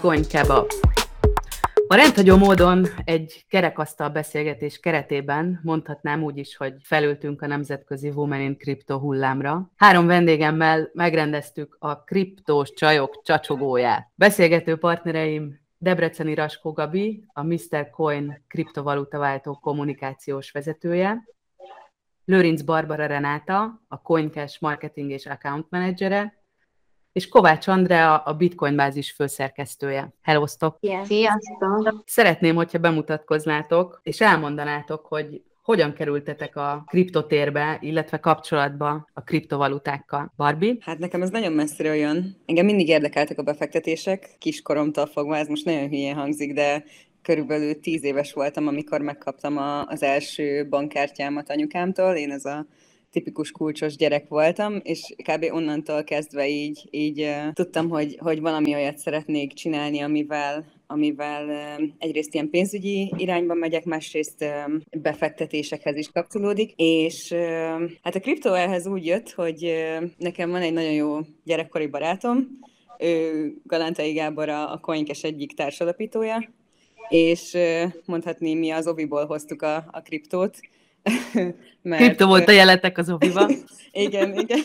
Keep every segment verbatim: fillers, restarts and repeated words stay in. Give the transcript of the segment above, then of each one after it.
Bitcoin kebab. A rendhagyó módon egy kerekasztal beszélgetés keretében mondhatnám úgy is, hogy felültünk a nemzetközi Women in Crypto hullámra. Három vendégemmel megrendeztük a kriptós csajok csacsogóját. Beszélgető partnereim Debreceni Raskó Gabi, a miszter Coin kriptovalutaváltó kommunikációs vezetője, Lőrinc Barbara Renáta, a CoinCash marketing és account menedzsere, és Kovács Andrea, a Bitcoin bázis főszerkesztője. Hellóztok! Sziasztok! Szeretném, hogyha bemutatkoznátok, és elmondanátok, hogy hogyan kerültetek a kriptotérbe, illetve kapcsolatba a kriptovalutákkal. Barbie? Hát nekem ez nagyon messzire jön. Engem mindig érdekeltek a befektetések, kiskoromtól fogva, ez most nagyon hülyén hangzik, de körülbelül tíz éves voltam, amikor megkaptam a, az első bankkártyámat anyukámtól. Én ez a tipikus kulcsos gyerek voltam, és kb. Onnantól kezdve így, így uh, tudtam, hogy, hogy valami olyat szeretnék csinálni, amivel, amivel uh, egyrészt ilyen pénzügyi irányba megyek, másrészt uh, befektetésekhez is kapcsolódik, és uh, hát a kriptó ehhez úgy jött, hogy uh, nekem van egy nagyon jó gyerekkori barátom, ő Galántai Gábor a, a CoinCash egyik társalapítója, és uh, mondhatni, mi az oviból hoztuk a, a kriptót, mert, kripto volt a jeletek az oviba. igen, igen.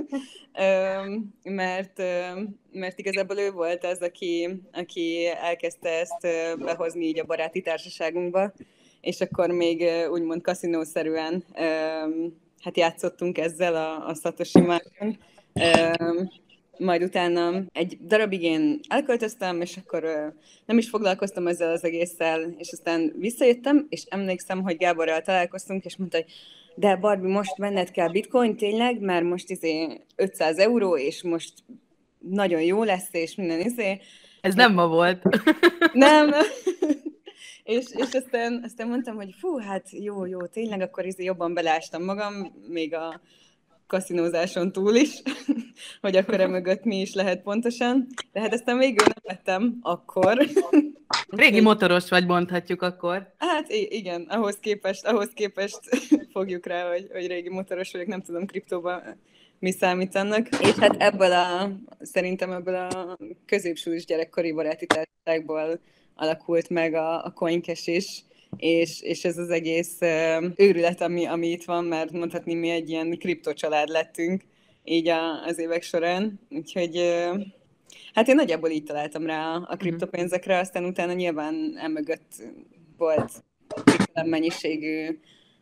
mert, mert igazából ő volt az, aki, aki elkezdte ezt behozni így a baráti társaságunkba, és akkor még úgymond kaszinószerűen hát játszottunk ezzel a, a Satoshi Markon. Majd utána egy darabig én elköltöztem, és akkor uh, nem is foglalkoztam ezzel az egésszel, és aztán visszajöttem, és emlékszem, hogy Gáborral találkoztunk, és mondta, hogy de Barbie, most venned kell bitcoin tényleg, mert most izé ötszáz euró, és most nagyon jó lesz, és minden izé. Ez nem ma volt. Nem. és, és aztán, aztán mondtam, hogy fú, hát jó, jó, tényleg, akkor izé jobban beleástam magam, még a kaszinózáson túl is, hogy akkor emögött mi is lehet pontosan. De hát aztán végül nem vettem akkor. Régi motoros vagy, mondhatjuk akkor. Hát igen, ahhoz képest, ahhoz képest fogjuk rá, hogy, hogy régi motoros vagyok, nem tudom kriptóban mi számítanak. És hát ebből a, szerintem ebből a középsúlyos gyerekkori baráti társaságból alakult meg a, a CoinCash is, És, és ez az egész uh, őrület, ami, ami itt van, mert mondhatni mi egy ilyen kriptocsalád lettünk így a, az évek során. Úgyhogy uh, hát én nagyjából így találtam rá a kriptopénzekre, aztán utána nyilván emögött volt mennyiségű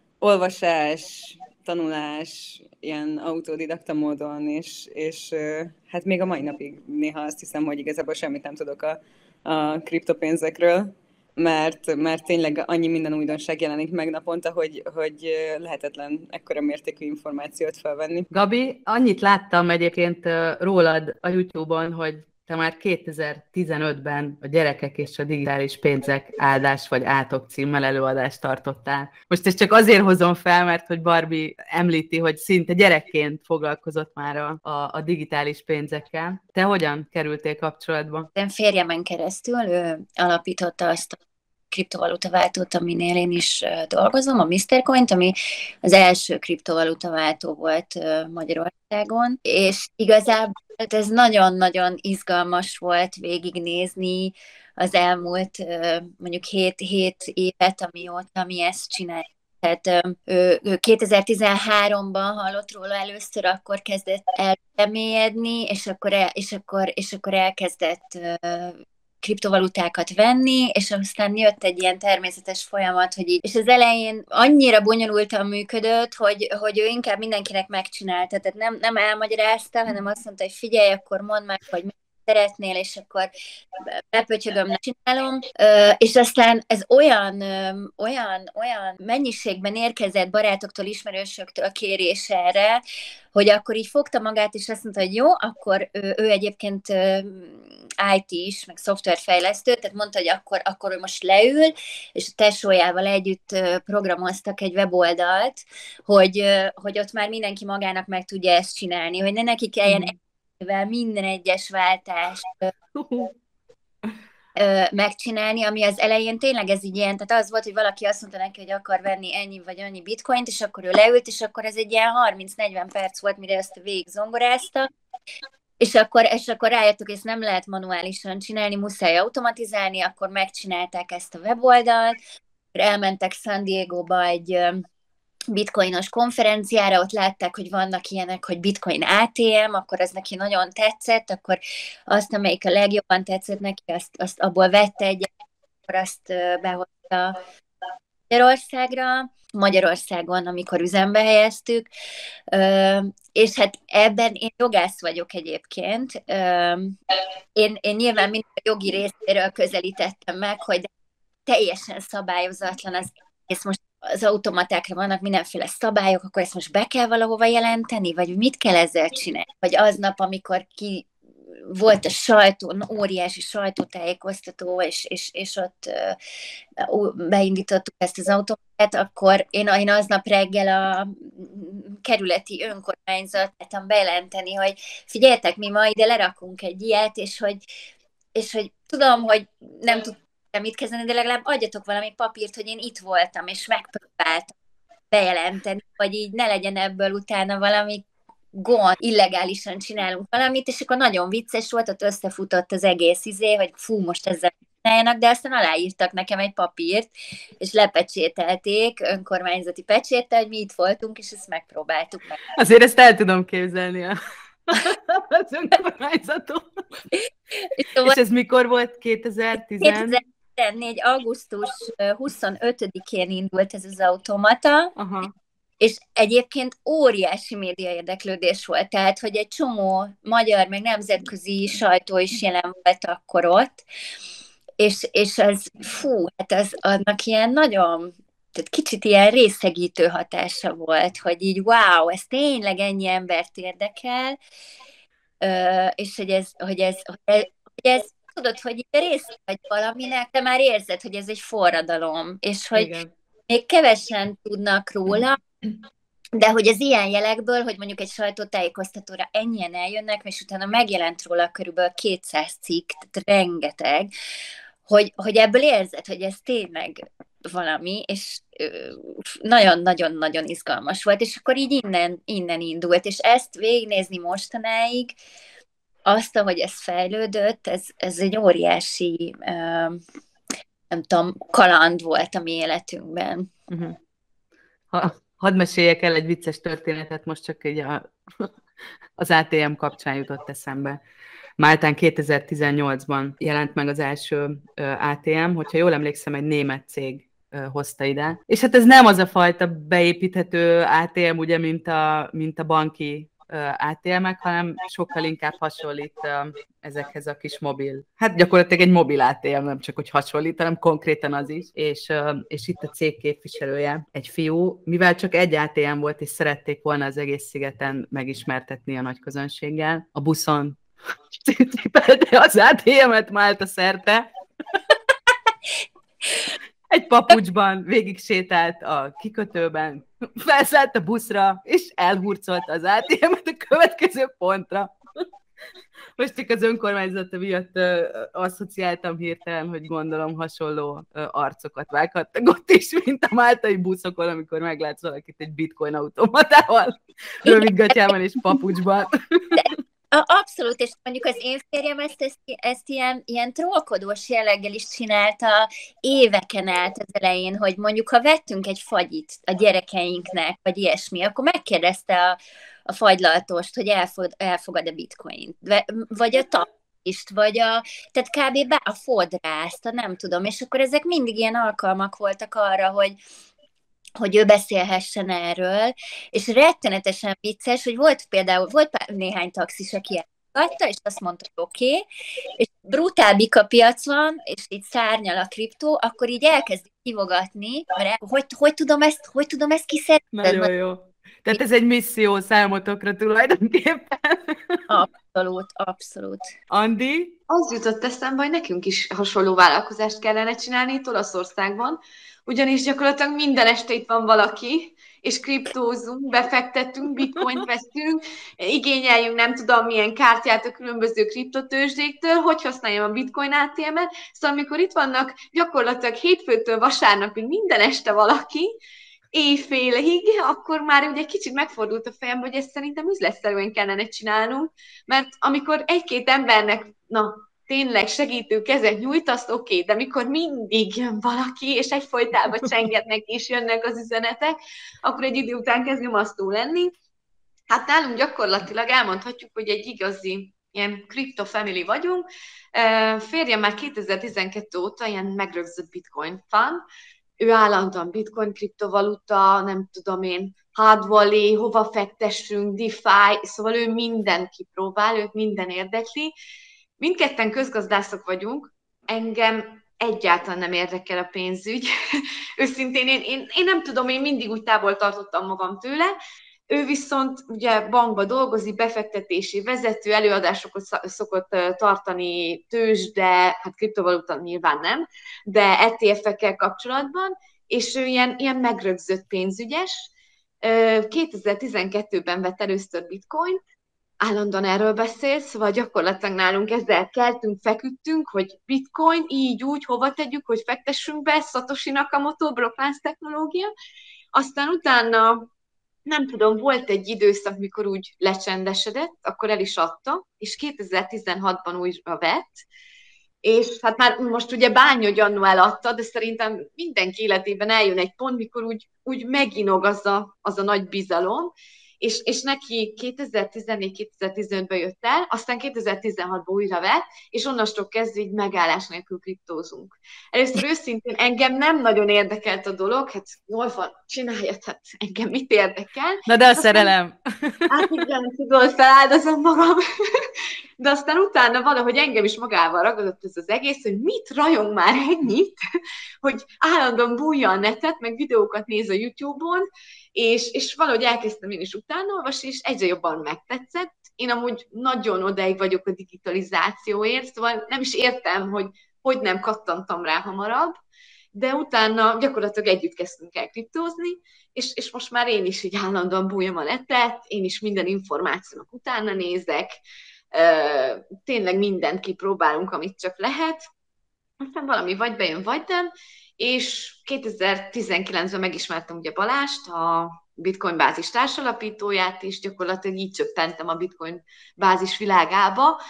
olvasás, tanulás, ilyen autodidakta módon, és, és uh, hát még a mai napig néha azt hiszem, hogy igazából semmit nem tudok a, a kriptopénzekről, Mert, mert tényleg annyi minden újdonság jelenik meg naponta, hogy, hogy lehetetlen ekkora mértékű információt felvenni. Gabi, annyit láttam egyébként rólad a YouTube-on, hogy te már kétezer-tizenötben a gyerekek és a digitális pénzek áldás vagy átok címmel előadást tartottál. Most ezt csak azért hozom fel, mert hogy Barbie említi, hogy szinte gyerekként foglalkozott már a, a, a digitális pénzekkel. Te hogyan kerültél kapcsolatba? Én férjemen keresztül ő alapította azt a kriptovalutaváltót, aminél én is dolgozom, a miszter Coint, ami az első kriptovalutaváltó volt Magyarországon, és igazából ez nagyon-nagyon izgalmas volt végignézni az elmúlt mondjuk hét évet, amióta mi ezt csináljuk. Tehát ő, ő kétezer-tizenháromban hallott róla először, akkor kezdett elmélyedni, és akkor, el, és akkor, és akkor elkezdett kriptovalutákat venni, és aztán jött egy ilyen természetes folyamat, hogy így, és az elején annyira bonyolultan működött, hogy, hogy ő inkább mindenkinek megcsinálta, tehát nem, nem elmagyarázta, hanem azt mondta, hogy figyelj, akkor mondd meg, hogy mit szeretnél, és akkor bepötyögöm, nem csinálom, és aztán ez olyan, olyan, olyan mennyiségben érkezett barátoktól, ismerősöktől kérés erre, hogy akkor így fogta magát, és azt mondta, hogy jó, akkor ő, ő egyébként i té is, meg szoftverfejlesztő, tehát mondta, hogy akkor, akkor ő most leül, és a tesójával együtt programoztak egy weboldalt, hogy, hogy ott már mindenki magának meg tudja ezt csinálni, hogy ne neki kelljen minden egyes váltást megcsinálni, ami az elején tényleg ez így ilyen, tehát az volt, hogy valaki azt mondta neki, hogy akar venni ennyi vagy annyi bitcoint, és akkor ő leült, és akkor ez egy ilyen harminc-negyven perc volt, mire ezt végig zongorázta, És akkor, és akkor rájöttük, hogy ezt nem lehet manuálisan csinálni, muszáj automatizálni, akkor megcsinálták ezt a weboldalt, elmentek San Diego-ba egy bitcoinos konferenciára, ott látták, hogy vannak ilyenek, hogy bitcoin á té em, akkor az neki nagyon tetszett, akkor azt, amelyik a legjobban tetszett neki, azt, azt abból vette egyet, akkor azt behozta Magyarországra, Magyarországon, amikor üzembe helyeztük, és hát ebben én jogász vagyok egyébként. Én, én nyilván mind a jogi részéről közelítettem meg, hogy teljesen szabályozatlan az egész. Most az automatákra vannak mindenféle szabályok, akkor ezt most be kell valahova jelenteni, vagy mit kell ezzel csinálni? Vagy aznap, amikor ki volt a sajtón, óriási sajtótájékoztató, és, és, és ott uh, beindítottuk ezt az automatát, akkor én, én aznap reggel a kerületi önkormányzaton bejelenteni, hogy figyeljetek, mi ma ide lerakunk egy ilyet, és hogy, és hogy tudom, hogy nem tudtam mit kezdeni, de legalább adjatok valami papírt, hogy én itt voltam, és megpróbáltam bejelenteni, hogy így ne legyen ebből utána valami gond, illegálisan csinálunk valamit, és akkor nagyon vicces volt, ott összefutott az egész izé, hogy fú, most ezzel csináljanak, de aztán aláírtak nekem egy papírt, és lepecsételték önkormányzati pecséttel, hogy mi itt voltunk, és ezt megpróbáltuk meg. Azért ezt el tudom képzelni az önkormányzaton. És, és ez mikor volt? kétezer-tíz? kétezer-tizennégy. augusztus huszonötödikén indult ez az automata, aha. És egyébként óriási média érdeklődés volt, tehát, hogy egy csomó magyar, meg nemzetközi sajtó is jelen volt akkor ott, és, és az, fú, hát az annak ilyen nagyon, tehát kicsit ilyen részegítő hatása volt, hogy így wow, ez tényleg ennyi embert érdekel, és hogy ez, hogy ez, hogy ez, hogy ez tudod, hogy részt vagy valaminek, de már érzed, hogy ez egy forradalom, és hogy igen. Még kevesen tudnak róla, de hogy az ilyen jelekből, hogy mondjuk egy sajtótájékoztatóra ennyien eljönnek, és utána megjelent róla körülbelül kétszáz cikk, tehát rengeteg, hogy, hogy ebből érzed, hogy ez tényleg valami, és nagyon-nagyon-nagyon izgalmas volt, és akkor így innen, innen indult, és ezt végignézni mostanáig, azt, ahogy ez fejlődött, ez, ez egy óriási, nem tudom, kaland volt a mi életünkben. Uh-huh. Ha, hadd meséljek el egy vicces történetet, most csak így a, az á té em kapcsán jutott eszembe. Máltán kétezer-tizennyolcban jelent meg az első á té em, hogyha jól emlékszem, egy német cég hozta ide. És hát ez nem az a fajta beépíthető á té em, ugye, mint a, mint a banki á té emek, hanem sokkal inkább hasonlít ezekhez a kis mobil. Hát gyakorlatilag egy mobil á té em, nem csak hogy hasonlít, hanem konkrétan az is. És, és itt a cég képviselője, egy fiú, mivel csak egy á té em volt, és szerették volna az egész szigeten megismertetni a nagy közönséggel, a buszon cipelte az á té emet Málta szerte. Egy papucsban végig sétált a kikötőben, felszállt a buszra, és elhurcolta az á té emet a következő pontra. Most csak az önkormányzata miatt uh, asszociáltam hirtelen, hogy gondolom hasonló uh, arcokat vághattak ott is, mint a máltai buszokon, amikor meglátsz valakit egy bitcoin automatával, rövidgatjában és papucsban. Abszolút, és mondjuk az én férjem ezt, ezt, ezt ilyen, ilyen trollkodós jelleggel is csinálta éveken át az elején, hogy mondjuk, ha vettünk egy fagyit a gyerekeinknek, vagy ilyesmi, akkor megkérdezte a, a fagylaltost, hogy elfog, elfogad a bitcoint, vagy a tapist, vagy a, tehát kb. A fodrászt, a nem tudom, és akkor ezek mindig ilyen alkalmak voltak arra, hogy hogy ő beszélhessen erről, és rettenetesen vicces, hogy volt például, volt néhány taxis, aki elfogadta, és azt mondta, hogy oké, okay, és brutál bika piac van, és így szárnyal a kriptó, akkor így elkezdik kivogatni, mert hogy, hogy, tudom ezt, hogy tudom ezt kiszedni? Nagyon jó. Tehát ez egy misszió számotokra tulajdonképpen. Abszolút, abszolút. Andi? Az jutott eszembe, hogy nekünk is hasonló vállalkozást kellene csinálni itt Olaszországban, ugyanis gyakorlatilag minden este itt van valaki, és kriptózunk, befektetünk, bitcoint veszünk, igényeljünk nem tudom milyen kártyát a különböző kriptotőzsdéktől, hogy használjam a bitcoin á té emet. Szóval amikor itt vannak gyakorlatilag hétfőtől vasárnapig minden este valaki, éjfélig, akkor már ugye kicsit megfordult a fejem, hogy ezt szerintem üzletszerűen kellene csinálnunk, mert amikor egy-két embernek, na, tényleg segítő kezet nyújtasz, oké, okay, de mikor mindig jön valaki, és egyfolytában csengetnek és jönnek az üzenetek, akkor egy idő után kezd nyomasztó lenni. Hát nálunk gyakorlatilag elmondhatjuk, hogy egy igazi ilyen crypto family vagyunk. Férjem már kétezer-tizenkettő óta ilyen megrögzött bitcoin fan, ő állandóan bitcoin, kriptovaluta, nem tudom én, hard wallet, hova fektessünk, DeFi, szóval ő mindent kipróbál, őt minden érdekli. Mindketten közgazdászok vagyunk, engem egyáltalán nem érdekel a pénzügy. Őszintén én, én, én nem tudom, én mindig úgy távol tartottam magam tőle. Ő viszont ugye bankba dolgozik, befektetési vezető, előadásokat szokott tartani tőzsde, hát kriptovaluta nyilván nem, de é té ef-ekkel kapcsolatban, és ő ilyen, ilyen megrögzött pénzügyes. kétezer-tizenkettőben vett először bitcoint, állandóan erről beszél, szóval gyakorlatilag nálunk ezzel keltünk, feküdtünk, hogy bitcoin, így úgy, hova tegyük, hogy fektessünk be, Satoshi Nakamoto, blokklánc technológia. Aztán utána, nem tudom, volt egy időszak, mikor úgy lecsendesedett, akkor el is adta, és kétezer-tizenhatban újra vett, és hát már most ugye Bányogy annó eladta, de szerintem mindenki életében eljön egy pont, mikor úgy, úgy meginog az a, az a nagy bizalom, és, és neki kétezer-tizennégy-kétezer-tizenötben jött el, aztán kétezer-tizenhatban újra vett, és onnastól kezdve így megállás nélkül kriptózunk. Először őszintén engem nem nagyon érdekelt a dolog, hát jól van, csinálja, hát engem mit érdekel. Na de a aztán, szerelem. Hát igen, tudod, feláldozom magam. De aztán utána valahogy engem is magával ragadott ez az egész, hogy mit rajong már ennyit, hogy állandóan bújja a netet, meg videókat néz a YouTube-on, és, és valahogy elkezdtem én is utána olvasni, és egyre jobban megtetszett. Én amúgy nagyon odáig vagyok a digitalizációért, szóval nem is értem, hogy hogy nem kattantam rá hamarabb, de utána gyakorlatilag együtt kezdtünk el kriptózni, és, és most már én is így állandóan bújom a netet, én is minden információnak utána nézek, tényleg mindent kipróbálunk, amit csak lehet, aztán valami vagy bejön, vagy nem, és kétezer-tizenkilencben megismertem ugye Balást, a Bitcoin bázis társalapítóját, és gyakorlatilag így csöppentem a Bitcoin bázis világába.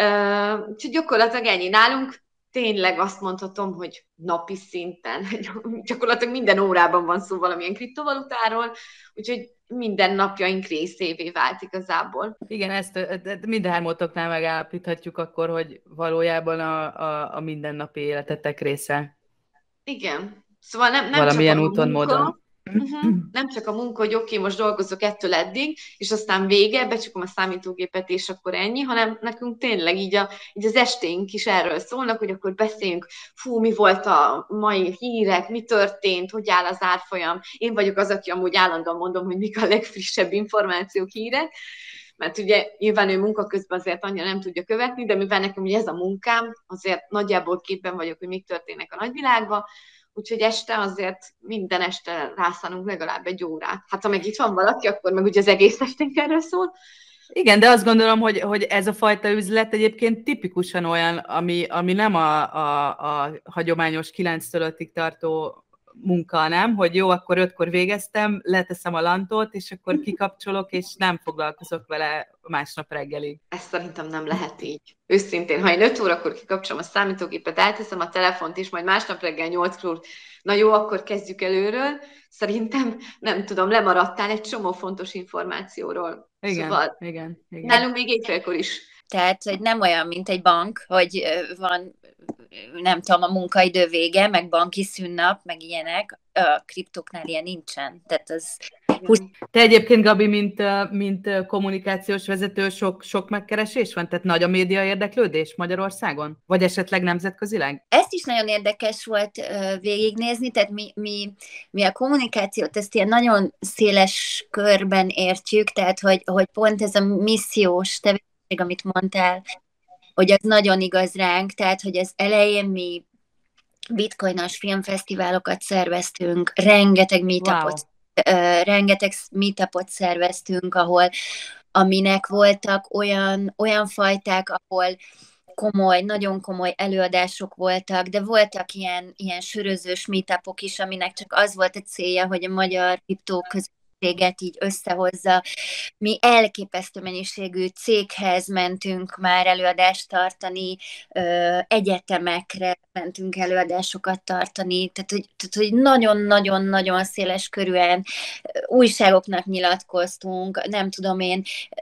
Úgyhogy gyakorlatilag ennyi nálunk, tényleg azt mondhatom, hogy napi szinten, gyakorlatilag minden órában van szó valamilyen kriptovalutáról, úgyhogy minden napjaink részévé vált igazából. Igen, ezt mindhármótoknál megállapíthatjuk akkor, hogy valójában a, a, a mindennapi életetek része. Igen. Szóval nem, nem valamilyen csak a úton, munka, módon. Uh-huh. Nem csak a munka, hogy oké, okay, most dolgozok ettől eddig, és aztán vége, becsukom a számítógépet, és akkor ennyi, hanem nekünk tényleg így, a, így az esténk is erről szólnak, hogy akkor beszéljünk, fú, mi volt a mai hírek, mi történt, hogy áll az árfolyam. Én vagyok az, aki amúgy állandóan mondom, hogy mik a legfrissebb információk, hírek, mert ugye nyilván ő munka közben azért annyira nem tudja követni, de mivel nekem ugye ez a munkám, azért nagyjából képben vagyok, hogy mik történnek a nagyvilágban, úgyhogy este azért minden este rászánunk legalább egy órát. Hát ha meg itt van valaki, akkor meg ugye az egész esténk erről szól. Igen, de azt gondolom, hogy, hogy ez a fajta üzlet egyébként tipikusan olyan, ami, ami nem a, a, a hagyományos kilenctől ötig tartó munka, nem? Hogy jó, akkor ötkor végeztem, leteszem a lantot, és akkor kikapcsolok, és nem foglalkozok vele másnap reggelig. Ezt szerintem nem lehet így. Őszintén, ha én öt órakor kikapcsolom a számítógépet, elteszem a telefont, és majd másnap reggel nyolckor, na jó, akkor kezdjük előről. Szerintem, nem tudom, lemaradtál egy csomó fontos információról. Igen, szóval igen, igen. Nálunk még éjfélkor is. Tehát, hogy nem olyan, mint egy bank, hogy van, nem tudom, a munkaidő vége, meg banki szünnap, meg ilyenek. A kriptóknál ilyen nincsen. Tehát az... Te egyébként, Gabi, mint, mint kommunikációs vezető, sok, sok megkeresés van? Tehát nagy a média érdeklődés Magyarországon? Vagy esetleg nemzetközileg? Ezt is nagyon érdekes volt végignézni, tehát mi, mi, mi a kommunikációt ezt ilyen nagyon széles körben értjük, tehát hogy, hogy pont ez a missziós tevékenység, amit mondtál, hogy az nagyon igaz ránk, tehát hogy az elején mi bitcoinos filmfesztiválokat szerveztünk, rengeteg meetupot, wow. uh, rengeteg meetupot szerveztünk, ahol aminek voltak olyan, olyan fajták, ahol komoly, nagyon komoly előadások voltak, de voltak ilyen, ilyen sörözős meetupok is, aminek csak az volt a célja, hogy a magyar kriptó közösséget így összehozza. Mi elképesztő mennyiségű céghez mentünk már előadást tartani, egyetemekre mentünk előadásokat tartani, tehát hogy, tehát, hogy nagyon-nagyon-nagyon széles körűen újságoknak nyilatkoztunk, nem tudom én,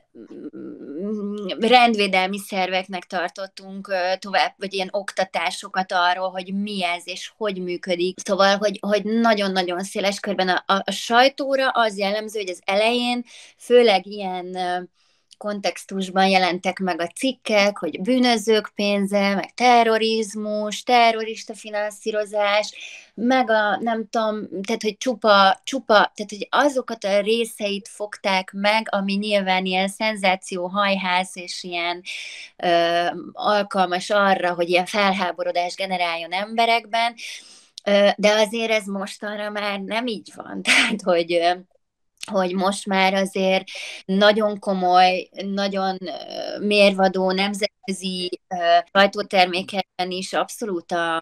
rendvédelmi szerveknek tartottunk tovább, vagy ilyen oktatásokat arról, hogy mi ez, és hogy működik. Szóval, hogy, hogy nagyon-nagyon széles körben a, a, a sajtóra az jellemző, hogy az elején főleg ilyen kontextusban jelentek meg a cikkek, hogy bűnözők pénze, meg terrorizmus, terrorista finanszírozás, meg a, nem tudom, tehát, hogy csupa, csupa, tehát, hogy azokat a részeit fogták meg, ami nyilván ilyen szenzáció, hajház, és ilyen ö, alkalmas arra, hogy ilyen felháborodás generáljon emberekben, ö, de azért ez mostanra már nem így van, tehát, hogy hogy most már azért nagyon komoly, nagyon mérvadó nemzetközi sajtótermékekben is abszolút a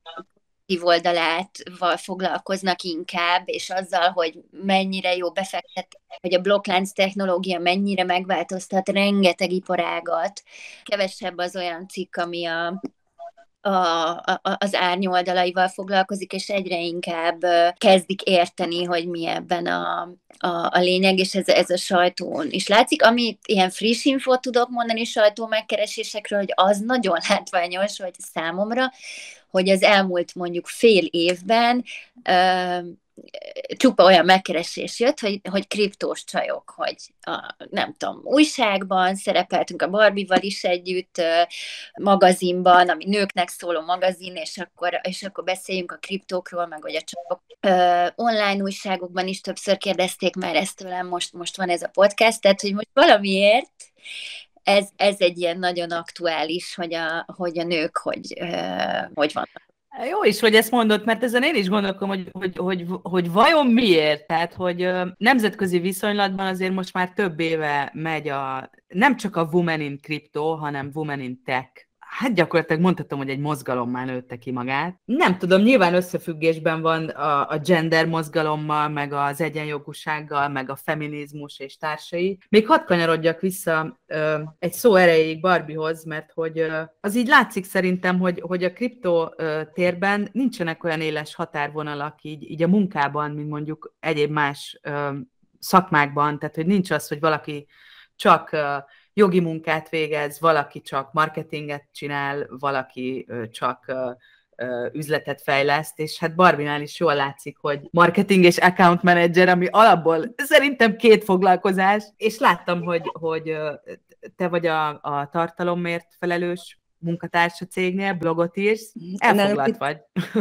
oldalával foglalkoznak inkább, és azzal, hogy mennyire jó befektetés, hogy a blokklánc technológia mennyire megváltoztat rengeteg iparágat. Kevesebb az olyan cikk, ami a A, a, az árnyoldalaival foglalkozik, és egyre inkább kezdik érteni, hogy mi ebben a, a, a lényeg, és ez, ez a sajtón is látszik. Amit ilyen friss infót tudok mondani sajtó megkeresésekről, hogy az nagyon látványos, hogy számomra, hogy az elmúlt mondjuk fél évben uh, csupa olyan megkeresés jött, hogy, hogy kriptós csajok, hogy a, nem tudom, újságban szerepeltünk a Barbival is együtt, magazinban, ami nőknek szóló magazin, és akkor, és akkor beszéljünk a kriptókról, meg hogy a csajok. Online újságokban is többször kérdezték már ezt tőlem, most, most van ez a podcast, tehát hogy most valamiért ez, ez egy ilyen nagyon aktuális, hogy a, hogy a nők hogy, hogy vannak. Jó is, hogy ezt mondod, mert ezen én is gondolkom, hogy, hogy, hogy, hogy vajon miért? Tehát, hogy nemzetközi viszonylatban azért most már több éve megy a, nem csak a Women in Crypto, hanem Women in Tech. Hát gyakorlatilag mondhatom, hogy egy mozgalommá nőtte ki magát. Nem tudom, nyilván összefüggésben van a, a gender mozgalommal, meg az egyenjogúsággal, meg a feminizmus és társai. Még hadd kanyarodjak vissza ö, egy szó erejéig Barbiehoz, mert hogy ö, az így látszik szerintem, hogy, hogy a kriptó ö, térben nincsenek olyan éles határvonalak így, így a munkában, mint mondjuk egyéb más ö, szakmákban, tehát hogy nincs az, hogy valaki csak ö, jogi munkát végez, valaki csak marketinget csinál, valaki csak üzletet fejleszt, és hát Barbinál is jól látszik, hogy marketing és account manager, ami alapból szerintem két foglalkozás, és láttam, hogy, hogy te vagy a, a tartalomért felelős munkatárs a cégnél, blogot írsz, elfoglalt vagy.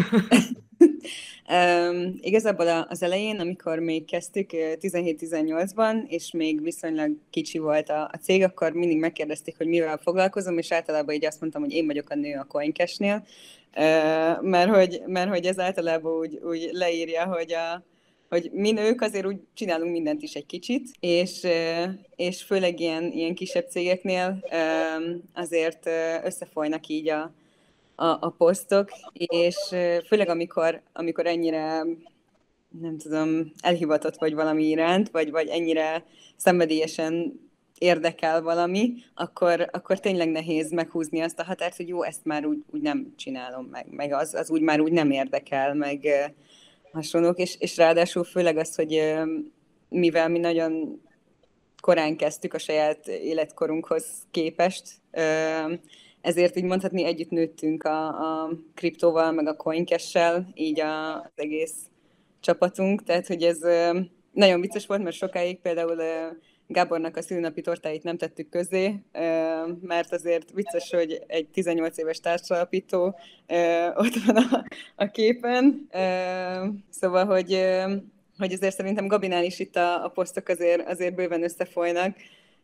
Um, igazából az elején, amikor még kezdtük tizenhét-tizennyolcban, és még viszonylag kicsi volt a, a cég, akkor mindig megkérdezték, hogy mivel foglalkozom, és általában így azt mondtam, hogy én vagyok a nő a CoinCash-nél, uh, mert, hogy, mert hogy ez általában úgy, úgy leírja, hogy, a, hogy mi nők azért úgy csinálunk mindent is egy kicsit, és, és főleg ilyen, ilyen kisebb cégeknél azért összefolynak így a A, a posztok, és főleg amikor, amikor ennyire, nem tudom, elhivatott vagy valami iránt, vagy, vagy ennyire szenvedélyesen érdekel valami, akkor, akkor tényleg nehéz meghúzni azt a határt, hogy jó, ezt már úgy, úgy nem csinálom meg, meg az, az úgy már úgy nem érdekel, meg hasonlók, és, és ráadásul főleg az, hogy mivel mi nagyon korán kezdtük a saját életkorunkhoz képest, ezért így mondhatni, együtt nőttünk a, a kriptóval, meg a CoinCash-sel, így a, az egész csapatunk, tehát hogy ez nagyon vicces volt, mert sokáig például Gábornak a szülinapi tortáit nem tettük közzé, mert azért vicces, hogy egy tizennyolc éves társalapító ott van a, a képen, szóval, hogy, hogy azért szerintem Gabinál is itt a, a posztok azért, azért bőven összefolynak,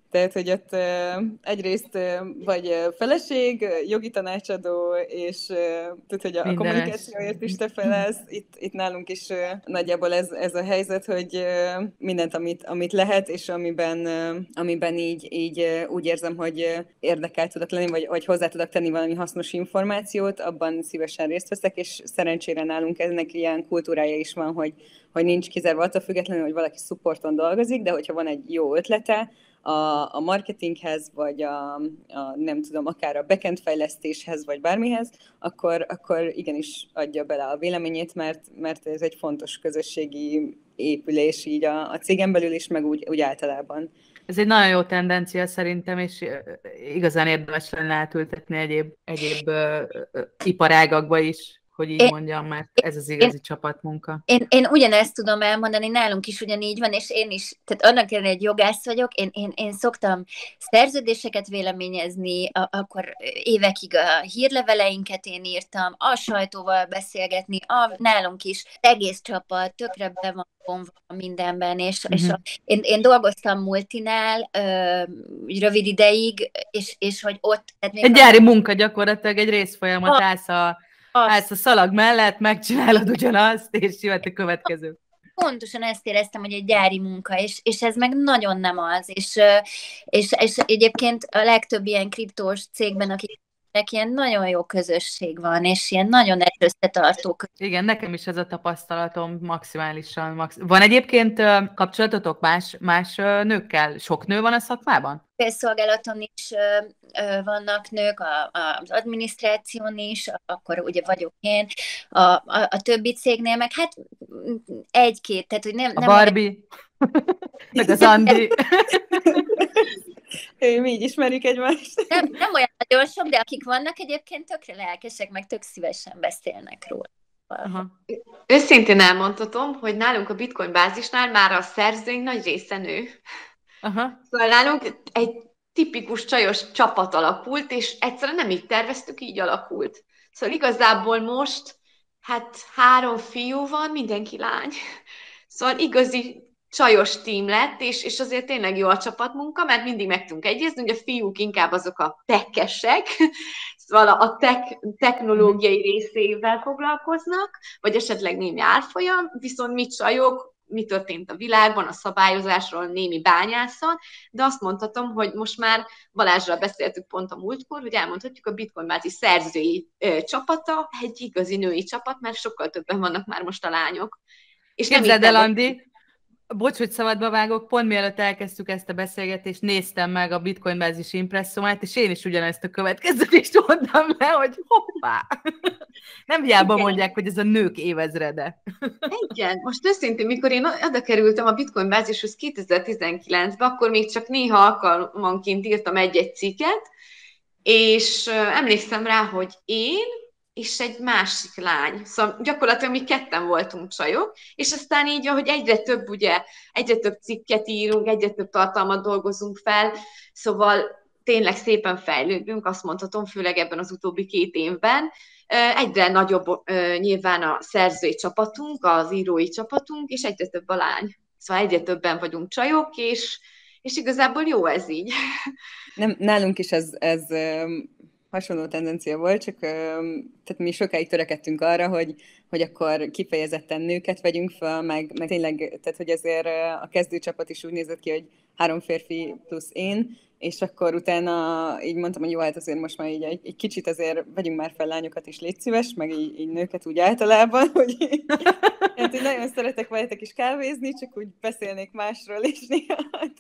Tehát, hogy ott uh, egyrészt uh, vagy uh, feleség, jogi tanácsadó, és uh, tud, hogy a, a kommunikációért is te felelsz. Itt, itt nálunk is uh, nagyjából ez, ez a helyzet, hogy uh, mindent, amit, amit lehet, és amiben, uh, amiben így, így uh, úgy érzem, hogy uh, érdekel tudok lenni, vagy, vagy hozzá tudok tenni valami hasznos információt, abban szívesen részt veszek, és szerencsére nálunk ennek ilyen kultúrája is van, hogy, hogy nincs kizárva attól függetlenül, hogy valaki supporton dolgozik, de hogyha van egy jó ötlete, A, a marketinghez, vagy a, a, nem tudom, akár a backend fejlesztéshez, vagy bármihez, akkor, akkor igenis adja bele a véleményét, mert, mert ez egy fontos közösségi épülés így a, a cégen belül is, meg úgy, úgy általában. Ez egy nagyon jó tendencia szerintem, és igazán érdemes lenne átültetni egyéb, egyéb uh, uh, iparágakba is, hogy így én, mondjam, mert ez az igazi én, csapatmunka. Én, én ugyanezt tudom elmondani, nálunk is ugyanígy van, és én is, tehát annak ellenére, hogy jogász vagyok, én, én, én szoktam szerződéseket véleményezni, a, akkor évekig a hírleveleinket én írtam, a sajtóval beszélgetni, a, nálunk is egész csapat, tökre be van vonva mindenben, és, uh-huh. és a, én, én dolgoztam multinál ö, rövid ideig, és, és hogy ott... Egy gyári munka gyakorlatilag, egy részfolyamat, állsz a Állsz a szalag mellett, megcsinálod ugyanazt, és jöhet a következő. Pontosan ezt éreztem, hogy egy gyári munka, és, és ez meg nagyon nem az. És, és, és egyébként a legtöbb ilyen kriptós cégben, akik ilyen nagyon jó közösség van, és ilyen nagyon összetartó közösség. Igen, nekem is ez a tapasztalatom maximálisan. Max... Van egyébként kapcsolatotok más, más nőkkel? Sok nő van a szakmában? Szolgálaton is ö, ö, vannak nők, a, a, az adminisztráción is, akkor ugye vagyok én, a, a, a többi cégnél, meg hát egy-két, tehát hogy nem... A nem Barbie, meg az Andi. Mi így ismerjük egymást. Nem, nem olyan nagyon sok, de akik vannak egyébként tökre lelkesek, meg tök szívesen beszélnek róla. Aha. Őszintén elmondhatom, hogy nálunk a Bitcoin bázisnál már a szerzőink nagy része nő. Aha. Szóval nálunk egy tipikus csajos csapat alakult, és egyszerűen nem így terveztük, így alakult. Szóval igazából most, hát három fiú van, mindenki lány. Szóval igazi csajos tím lett, és, és azért tényleg jó a csapatmunka, mert mindig meg tudunk egyezni, hogy a fiúk inkább azok a tekkesek, szóval a tech, technológiai részével foglalkoznak, vagy esetleg némi árfolyam, viszont mi csajok, mi történt a világban, a szabályozásról, némi bányászat, de azt mondhatom, hogy most már Balázsral beszéltük pont a múltkor, hogy elmondhatjuk, a Bitcoin bázis szerzői ö, csapata egy igazi női csapat, mert sokkal többen vannak már most a lányok. És képzeld el, Andi, bocs, hogy szabadba vágok, pont mielőtt elkezdtük ezt a beszélgetést, néztem meg a Bitcoin bázis impresszumát, és én is ugyanezt a következtetést mondtam le, hogy hoppá! Nem hiába igen. Mondják, hogy ez a nők évezrede. Igen, most őszintén, mikor én oda kerültem a Bitcoin bázishoz kétezer-tizenkilencben, akkor még csak néha alkalmanként írtam egy-egy cikket, és emlékszem rá, hogy én és egy másik lány. Szóval gyakorlatilag mi ketten voltunk csajok, és aztán így, ahogy egyre több, ugye, egyre több cikket írunk, egyre több tartalmat dolgozunk fel, szóval tényleg szépen fejlődünk, azt mondhatom, főleg ebben az utóbbi két évben. Egyre nagyobb nyilván a szerzői csapatunk, az írói csapatunk, és egyre több a lány. Szóval egyre többen vagyunk csajok, és, és igazából jó ez így. Nem, nálunk is ez, ez hasonló tendencia volt, csak tehát mi sokáig törekedtünk arra, hogy, hogy akkor kifejezetten nőket vegyünk fel, meg, meg tényleg, tehát hogy azért a kezdőcsapat is úgy nézett ki, hogy három férfi plusz én, és akkor utána így mondtam, hogy jó, hát azért most már így egy, egy kicsit azért vegyünk már fel lányokat is, légy szíves, meg így, így nőket úgy általában, hogy hát, hogy nagyon szeretek veletek is kávézni, csak úgy beszélnék másról is néha.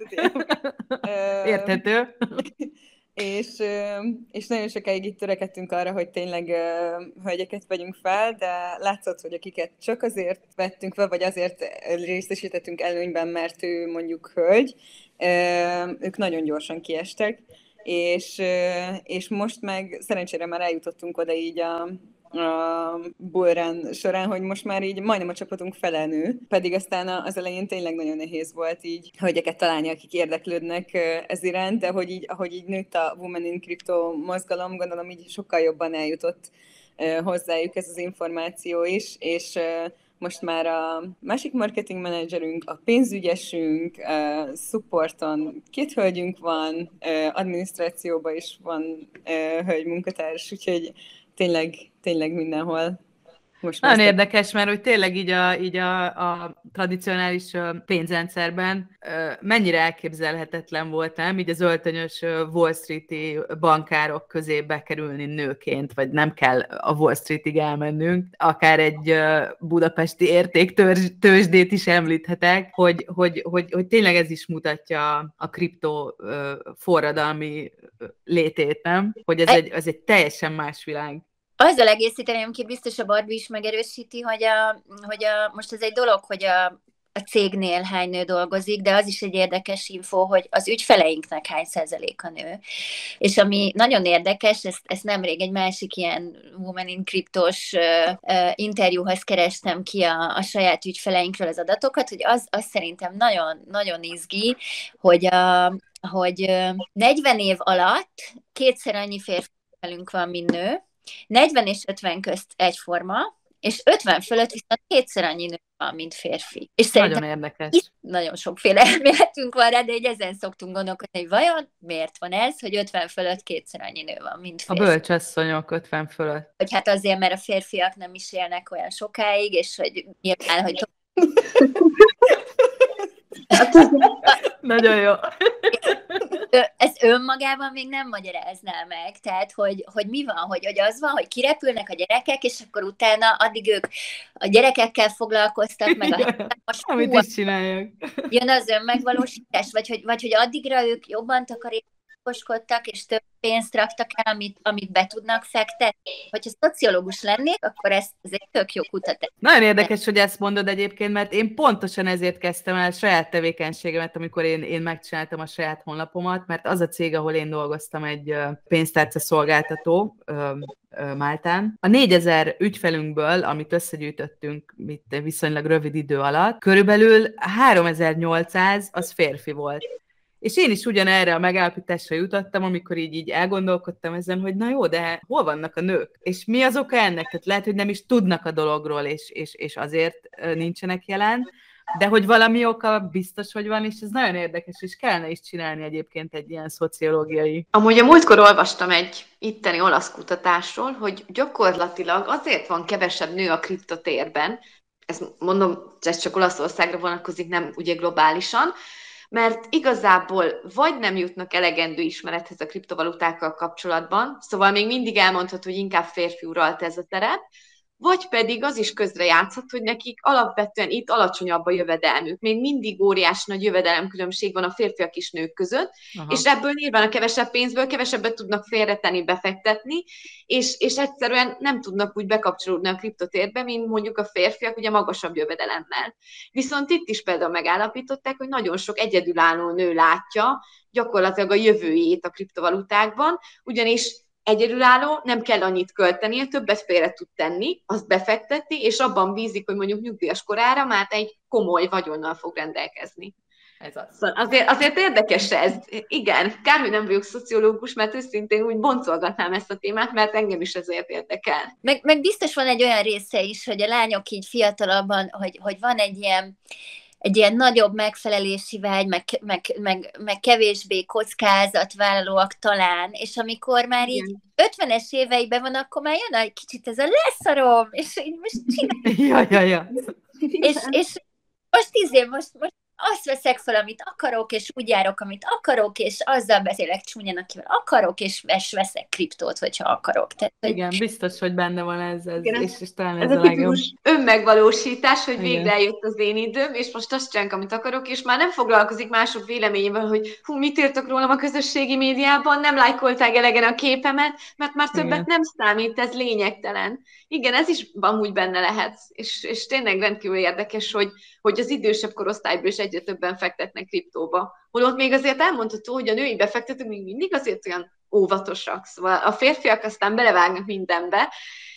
Érthető. És, és nagyon sokáig itt törekedtünk arra, hogy tényleg hölgyeket vegyünk fel, de látszott, hogy akiket csak azért vettünk fel, vagy azért részesítettünk előnyben, mert ő mondjuk hölgy, ők nagyon gyorsan kiestek, és, és most meg szerencsére már eljutottunk oda így a, a bullrun során, hogy most már így majdnem a csapatunk fele nő, pedig aztán az elején tényleg nagyon nehéz volt így hölgyeket találni, akik érdeklődnek ez iránt, de hogy így, ahogy így nőtt a Women in Crypto mozgalom, gondolom így sokkal jobban eljutott hozzájuk ez az információ is, és most már a másik marketing menedzserünk, a pénzügyesünk, a supporton két hölgyünk van, adminisztrációban is van hölgy munkatárs, úgyhogy tényleg, tényleg mindenhol. Most nagyon érdekes, mert hogy tényleg így a, így a, a tradicionális pénzrendszerben mennyire elképzelhetetlen volt, nem? Így az öltönyös Wall Street-i bankárok közé bekerülni nőként, vagy nem kell a Wall Streetig elmennünk. Akár egy budapesti értéktőzsdét is említhetek, hogy, hogy, hogy, hogy tényleg ez is mutatja a kriptó forradalmi létét, nem? Hogy ez egy, ez egy teljesen más világ. Azzal egészíteném ki, biztos a Barbi is megerősíti, hogy, a, hogy a, most ez egy dolog, hogy a, a cégnél hány nő dolgozik, de az is egy érdekes info, hogy az ügyfeleinknek hány százalék a nő. És ami nagyon érdekes, ezt, ezt nemrég egy másik ilyen Women in Cryptos uh, uh, interjúhoz kerestem ki a, a saját ügyfeleinkről az adatokat, hogy az, az szerintem nagyon, nagyon izgi, hogy, a, hogy negyven év alatt kétszer annyi férfi velünk van, mint nő, negyven és ötven közt egyforma, és ötven fölött viszont kétszer annyi nő van, mint férfi. És nagyon érdekes. Itt nagyon sokféle elméletünk van rá, de egy ezen szoktunk gondolkodni, hogy vajon miért van ez, hogy ötven fölött kétszer annyi nő van, mint férfi. A bölcsasszonyok ötven fölött. Hogy hát azért, mert a férfiak nem is élnek olyan sokáig, és hogy nyilván, hogy... Nagyon jó. Ezt önmagában még nem magyarázná meg, tehát hogy, hogy mi van, hogy, hogy az van, hogy kirepülnek a gyerekek, és akkor utána addig ők a gyerekekkel foglalkoztak, meg a most amit hú, is csinálják. Jön az önmegvalósítás, vagy hogy, vagy hogy addigra ők jobban takarékoskodtak, és több pénzt raktak el, amit, amit be tudnak fektetni. Hogyha szociológus lennék, akkor ez, ez egy tök jó kutatás. Nagyon érdekes, hogy ezt mondod egyébként, mert én pontosan ezért kezdtem el saját tevékenységemet, amikor én, én megcsináltam a saját honlapomat, mert az a cég, ahol én dolgoztam, egy pénztárca szolgáltató Máltán. A négyezer ügyfelünkből, amit összegyűjtöttünk viszonylag rövid idő alatt, körülbelül háromezer-nyolcszáz az férfi volt. És én is ugyanerre a megállapításra jutottam, amikor így, így elgondolkodtam ezen, hogy na jó, de hol vannak a nők? És mi az oka ennek? Tehát lehet, hogy nem is tudnak a dologról, és, és, és azért nincsenek jelen, de hogy valami oka biztos, hogy van, és ez nagyon érdekes, és kellene is csinálni egyébként egy ilyen szociológiai. Amúgy a múltkor olvastam egy itteni olasz kutatásról, hogy gyakorlatilag azért van kevesebb nő a kriptotérben, ezt mondom, ez csak Olaszországra vonatkozik, nem ugye globálisan, mert igazából vagy nem jutnak elegendő ismerethez a kriptovalutákkal kapcsolatban, szóval még mindig elmondható, hogy inkább férfi uralt ez a terep, vagy pedig az is közrejátszhat, hogy nekik alapvetően itt alacsonyabb a jövedelmük. Még mindig óriás nagy jövedelemkülönbség van a férfiak és nők között, aha, és ebből nyilván a kevesebb pénzből kevesebbet tudnak félretenni, befektetni, és, és egyszerűen nem tudnak úgy bekapcsolódni a kriptotérbe, mint mondjuk a férfiak ugye magasabb jövedelemmel. Viszont itt is például megállapították, hogy nagyon sok egyedülálló nő látja gyakorlatilag a jövőjét a kriptovalutákban, ugyanis egyedülálló, nem kell annyit költenie, többet félre tud tenni, azt befekteti, és abban bízik, hogy mondjuk nyugdíjas korára már egy komoly vagyonnal fog rendelkezni. Ez az. Szóval azért, azért érdekes ez. Igen, kár, hogy nem vagyok szociológus, mert őszintén úgy boncolgatnám ezt a témát, mert engem is ezért érdekel. Meg, meg biztos van egy olyan része is, hogy a lányok így fiatalabban, hogy, hogy van egy ilyen egy ilyen nagyobb megfelelési vágy, meg, meg, meg, meg kevésbé kockázatvállalóak talán, és amikor már így ötvenes éveiben van, akkor már jön egy kicsit ez a leszarom, és így most csinálj. Ja, ja, ja. És, és most izé, most, most azt veszek fel, amit akarok, és úgy járok, amit akarok, és azzal beszélek csúnyán, akivel akarok, és, és veszek kriptót, hogyha akarok. Tehát, hogy... Igen, biztos, hogy benne van ez, ez igen, és, és talán ez, ez ez a legjobb. önmegvalósítás, hogy igen, végre eljött az én időm, és most azt csinálok, amit akarok, és már nem foglalkozik mások véleményével, hogy hú, mit írtak rólam a közösségi médiában, nem lájkolták elegen a képemet, mert már többet igen, nem számít, ez lényegtelen. Igen, ez is amúgy benne lehet, és, és tényleg rendkívül érdekes, hogy, hogy az idősebb korosztályból is egyre többen fektetnek kriptóba. Holott még azért elmondható, hogy a női befektetők még mindig azért olyan óvatosak. Szóval a férfiak aztán belevágnak mindenbe,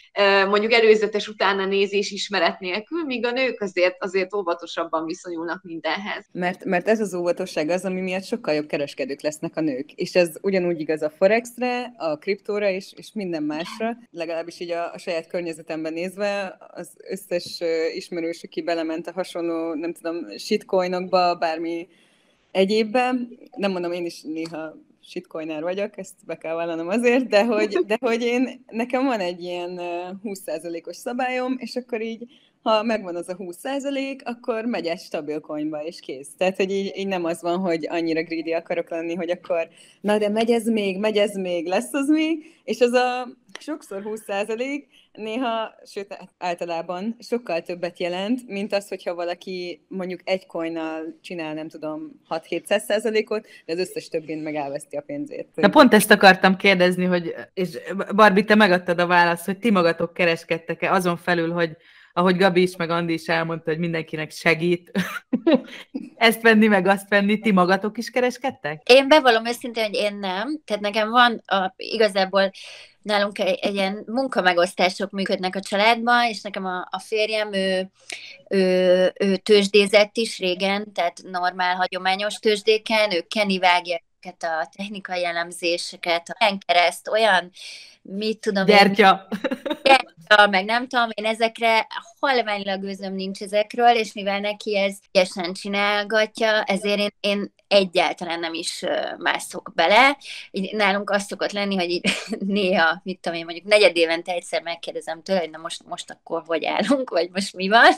mondjuk előzetes utána nézés ismeret nélkül, míg a nők azért, azért óvatosabban viszonyulnak mindenhez. Mert, mert ez az óvatosság az, ami miatt sokkal jobb kereskedők lesznek a nők. És ez ugyanúgy igaz a Forexre, a kriptóra és, és minden másra. Legalábbis így a, a saját környezetemben nézve, az összes ismerős, aki belement a hasonló, nem tudom, shitcoinokba, bármi egyébben, nem mondom, én is néha shitcoiner vagyok, ezt be kell vallanom azért, de hogy, de hogy én, nekem van egy ilyen húsz százalékos szabályom, és akkor így, ha megvan az a húsz százalék, akkor megy egy stabil coinba, és kész. Tehát, hogy így, így nem az van, hogy annyira greedy akarok lenni, hogy akkor, na de megy ez még, megy ez még, lesz az még, és az a sokszor húsz százalék, néha, sőt általában sokkal többet jelent, mint az, hogyha valaki mondjuk egy coinnal csinál, nem tudom, hat-hétszáz százalékot, de az összes többén meg elveszti a pénzét. Na pont ezt akartam kérdezni, hogy, és Barbie, te megadtad a választ, hogy ti magatok kereskedtek-e azon felül, hogy ahogy Gabi is, meg Andi is elmondta, hogy mindenkinek segít ezt venni, meg azt venni, ti magatok is kereskedtek? Én bevallom őszintén, hogy én nem. Tehát nekem van a, igazából nálunk egy, egy ilyen munkamegosztások működnek a családban, és nekem a, a férjem, ő, ő, ő tőzsdézett is régen, tehát normál, hagyományos tőzsdéken, ő kenivágja a technikai elemzéseket, olyan kereszt, olyan, mit tudom Gyertya. én, meg nem tudom, én ezekre halványlag gőzöm nincs ezekről, és mivel neki ez ügyesen csinálgatja, ezért én, én egyáltalán nem is mászok bele. Így nálunk az szokott lenni, hogy így néha, mit tudom én, mondjuk negyed évente egyszer megkérdezem tőle, hogy na most, most akkor hogy állunk, vagy most mi van,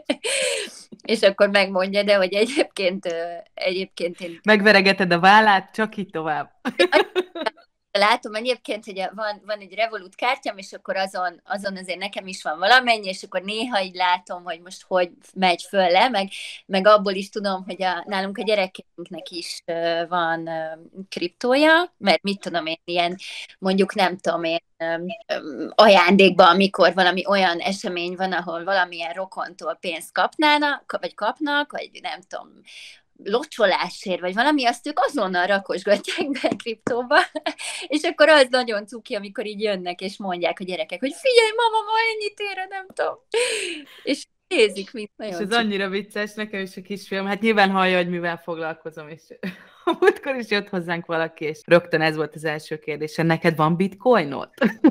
és akkor megmondja, de hogy egyébként, egyébként én... Megveregeted a vállát, csak így tovább. Látom egyébként, hogy van, van egy Revolut kártyám, és akkor azon, azon azért nekem is van valamennyi, és akkor néha így látom, hogy most hogy megy föl le, meg, meg abból is tudom, hogy a, nálunk a gyerekeinknek is van kriptója, mert mit tudom én, ilyen mondjuk nem tudom én, ajándékban, amikor valami olyan esemény van, ahol valamilyen rokontól pénzt kapnának, vagy kapnak, vagy nem tudom, locsolásért, vagy valami, azt ők azonnal rakosgatják be a kriptóba, és akkor az nagyon cuki, amikor így jönnek, és mondják a gyerekek, hogy figyelj, mama, ma ennyit ér, nem tudom. És nézik, mint nagyon És ez cuki. annyira vicces, nekem is a kisfiam, hát nyilván hallja, hogy mivel foglalkozom, és a múltkor is jött hozzánk valaki, és rögtön ez volt az első kérdése, neked van bitcoinod?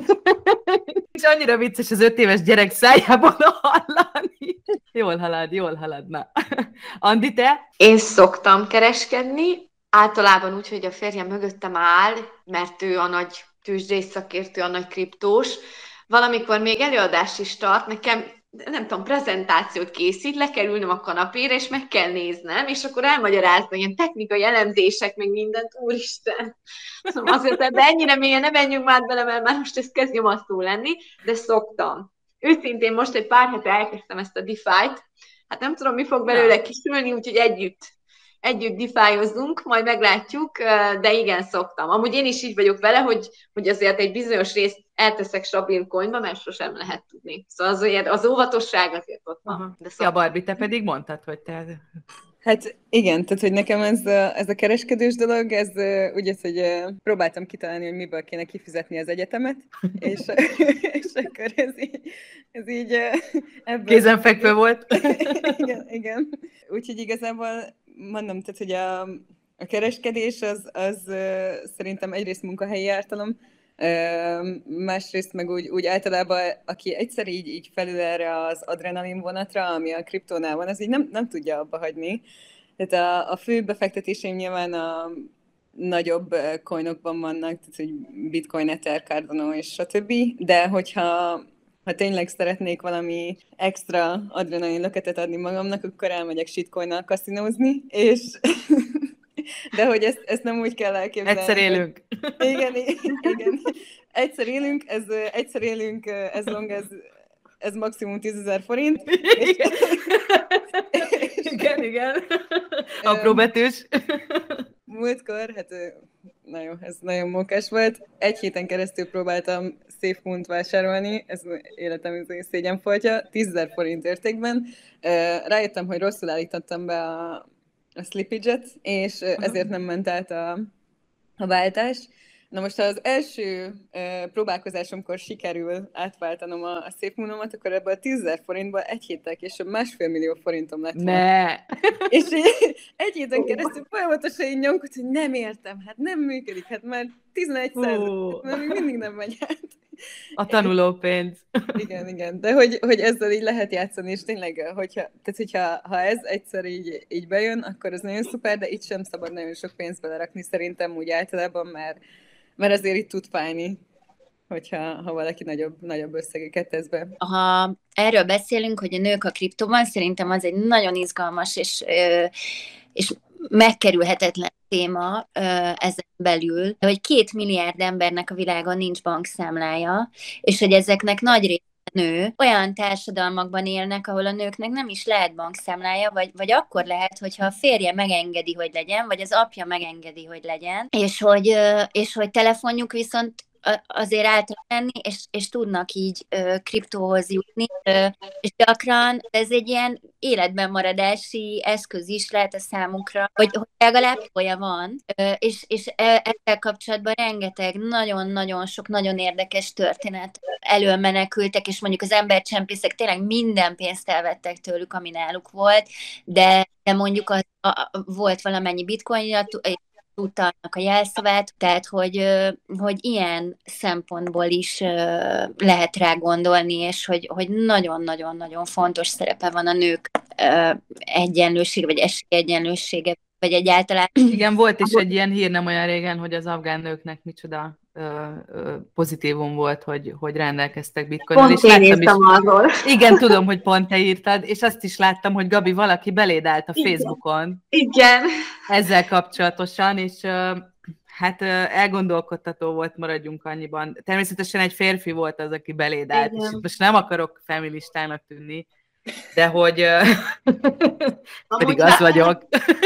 És annyira vicces az öt éves gyerek szájából hallani. Jól halad, jól halad, na. Andi, te? Én szoktam kereskedni, általában úgy, hogy a férjem mögöttem áll, mert ő a nagy tőzsdés szakértő, a nagy kriptós. Valamikor még előadást is tart, nekem nem tudom, prezentációt készít, le kell ülnöm a kanapére, és meg kell néznem, és akkor elmagyarázza ilyen technikai elemzések, még mindent, úristen. Szóval azért ebbe ennyire mélyen ne menjünk már bele, mert már most ez kezd nyomasztó lenni, de szoktam. Őszintén most egy pár hete elkezdtem ezt a DeFi-t, hát nem tudom, mi fog belőle kisülni, úgyhogy együtt, együtt DeFi-ozzunk, majd meglátjuk, de igen, szoktam. Amúgy én is így vagyok vele, hogy, hogy azért egy bizonyos részt elteszek stabil coinba, mert sosem lehet tudni. Szóval azért az óvatosság azért ott van. De ja, Barbie, te pedig mondtad, hogy te... Hát igen, tehát hogy nekem ez a, ez a kereskedős dolog, ez úgy az, hogy próbáltam kitalálni, hogy miből kéne kifizetni az egyetemet, és, és akkor ez így, ez így ebből... Kézenfekvő volt. Igen, igen. Úgyhogy igazából mondom, tehát, hogy a, a kereskedés az, az szerintem egyrészt munkahelyi ártalom, másrészt meg úgy, úgy általában, aki egyszer így, így felül erre az adrenalin vonatra, ami a kriptónál van, az így nem, nem tudja abba hagyni. Tehát a, a fő befektetéseim nyilván a nagyobb coinokban vannak, tehát hogy Bitcoin, Ether, Cardano és stb. De hogyha ha tényleg szeretnék valami extra adrenalin löketet adni magamnak, akkor elmegyek shitcoinnal kaszinózni, és... De hogy ezt, ezt nem úgy kell elképzelni. Egyszer élünk. Igen, igen. Egyszer élünk, ez, egyszer élünk, ez long, ez, ez maximum tízezer forint. Igen, igen, igen. Apró betűs. Múltkor, hát na jó, ez nagyon mókás volt. Egy héten keresztül próbáltam SafeMoon-t vásárolni, ez életem szégyenfoltja, tízezer forint értékben. Rájöttem, hogy rosszul állítottam be a a slippage-et, és ezért nem ment át a, a váltás. Na most, ha az első uh, próbálkozásomkor sikerül átváltanom a, a SafeMoon-omat, akkor ebből a tízezer forintból egy héttel később másfél millió forintom lett volna. Ne! És így, egy héten keresztül folyamatosan így nyomkod, hogy nem értem, hát nem működik, hát már tizenegy százalék, mert még mindig nem megy át. A tanulópénz. Igen, igen, de hogy, hogy ezzel így lehet játszani, és tényleg, hogyha, tehát hogyha ha ez egyszer így, így bejön, akkor ez nagyon szuper, de itt sem szabad nagyon sok pénzt belerakni szerintem úgy általában, mert, mert azért itt tud fájni, hogyha ha valaki nagyobb, nagyobb összegeket tesz be. Ha erről beszélünk, hogy a nők a kriptóban, szerintem az egy nagyon izgalmas és, és megkerülhetetlen téma ezen belül, hogy két milliárd embernek a világon nincs bankszámlája, és hogy ezeknek nagy része nő, olyan társadalmakban élnek, ahol a nőknek nem is lehet bankszámlája, vagy, vagy akkor lehet, hogyha a férje megengedi, hogy legyen, vagy az apja megengedi, hogy legyen, és hogy, és hogy telefonjuk viszont azért át lenni, és, és tudnak így ö, kriptóhoz jutni, ö, és gyakran ez egy ilyen életben maradási eszköz is lehet a számukra, hogy, hogy legalább olyan van, ö, és, és ezzel kapcsolatban rengeteg, nagyon-nagyon sok, nagyon érdekes történet elől menekültek, és mondjuk az embercsempészek tényleg minden pénzt elvettek tőlük, ami náluk volt, de, de mondjuk az, a, a, volt valamennyi bitcoinja, utalnak a jelszavát, tehát hogy, hogy ilyen szempontból is lehet rá gondolni, és hogy, hogy nagyon-nagyon-nagyon fontos szerepe van a nők egyenlőség, vagy esélyegyenlősége, vagy egyáltalán. Igen, volt is egy ilyen hír nem olyan régen, hogy az afgán nőknek micsoda ö, ö, pozitívum volt, hogy, hogy rendelkeztek bitcoinnal. Pont én írtam arról. Igen, tudom, hogy pont te írtad, és azt is láttam, hogy Gabi, valaki beléd állt a Facebookon. Igen. Ezzel kapcsolatosan, és ö, hát ö, elgondolkodtató volt, maradjunk annyiban. Természetesen egy férfi volt az, aki beléd állt, és most nem akarok feministának tűnni, de hogy pedig az vagyok.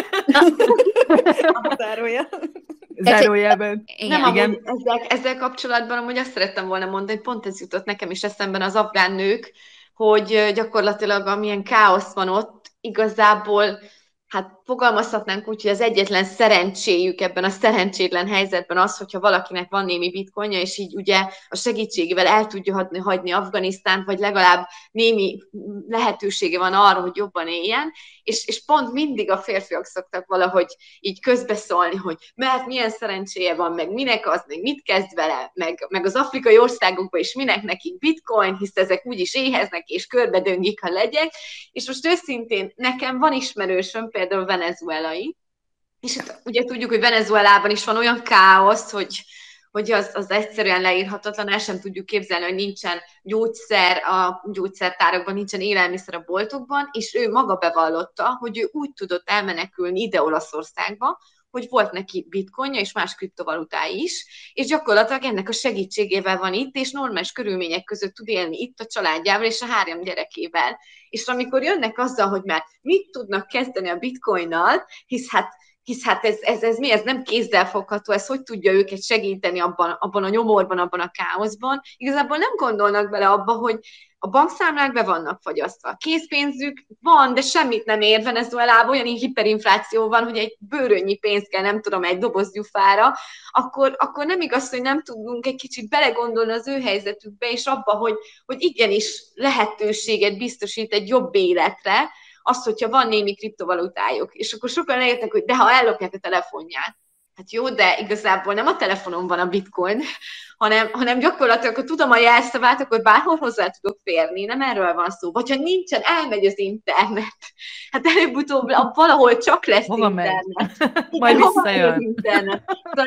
Zárója. Zárójelben. Nem, amúgy ezzel, ezzel kapcsolatban amúgy azt szerettem volna mondani, hogy pont ez jutott nekem is eszemben az afgán nők, hogy gyakorlatilag amilyen káosz van ott, igazából hát fogalmazhatnánk úgy, hogy az egyetlen szerencséjük ebben a szerencsétlen helyzetben az, hogyha valakinek van némi bitcoinja, és így ugye a segítségével el tudja hagyni, hagyni Afganisztánt, vagy legalább némi lehetősége van arra, hogy jobban éljen, és, és pont mindig a férfiak szoktak valahogy így közbeszólni, hogy mert milyen szerencséje van, meg minek az, meg mit kezd vele, meg, meg az afrikai országokban is minek nekik bitcoin, hisz ezek úgyis éheznek, és körbedöngik, ha legyek, és most őszintén nekem van ismerősöm, például venezuelai, és hát ugye tudjuk, hogy Venezuelában is van olyan káosz, hogy, hogy az, az egyszerűen leírhatatlan, el sem tudjuk képzelni, hogy nincsen gyógyszer a gyógyszertárakban, nincsen élelmiszer a boltokban, és ő maga bevallotta, hogy ő úgy tudott elmenekülni ide Olaszországba, hogy volt neki bitcoinja és más kriptovalutái is, és gyakorlatilag ennek a segítségével van itt, és normális körülmények között tud élni itt a családjával és a három gyerekével. És amikor jönnek azzal, hogy már mit tudnak kezdeni a bitcoinnal, hisz hát hisz hát ez, ez, ez mi, ez nem kézzelfogható, ez hogy tudja őket segíteni abban, abban a nyomorban, abban a káoszban. Igazából nem gondolnak bele abba, hogy a bankszámlák be vannak fagyasztva. A készpénzük van, de semmit nem ér. Venezuelában olyan hiperinfláció van, hogy egy bőrönnyi pénzt kell, nem tudom, egy doboz gyufára, akkor, akkor nem igaz, hogy nem tudunk egy kicsit belegondolni az ő helyzetükbe, és abba, hogy, hogy igenis lehetőséget biztosít egy jobb életre, az, hogyha van némi kriptovalutájuk. És akkor sokan leértek, hogy de ha ellopják a telefonját. Hát jó, de igazából nem a telefonon van a bitcoin, hanem, hanem gyakorlatilag, ha tudom a jelszavát, akkor bárhol hozzá tudok férni, nem erről van szó. Vagy ha nincsen, elmegy az internet. Hát előbb-utóbb valahol csak lesz hova internet. Majd visszajön. Internet.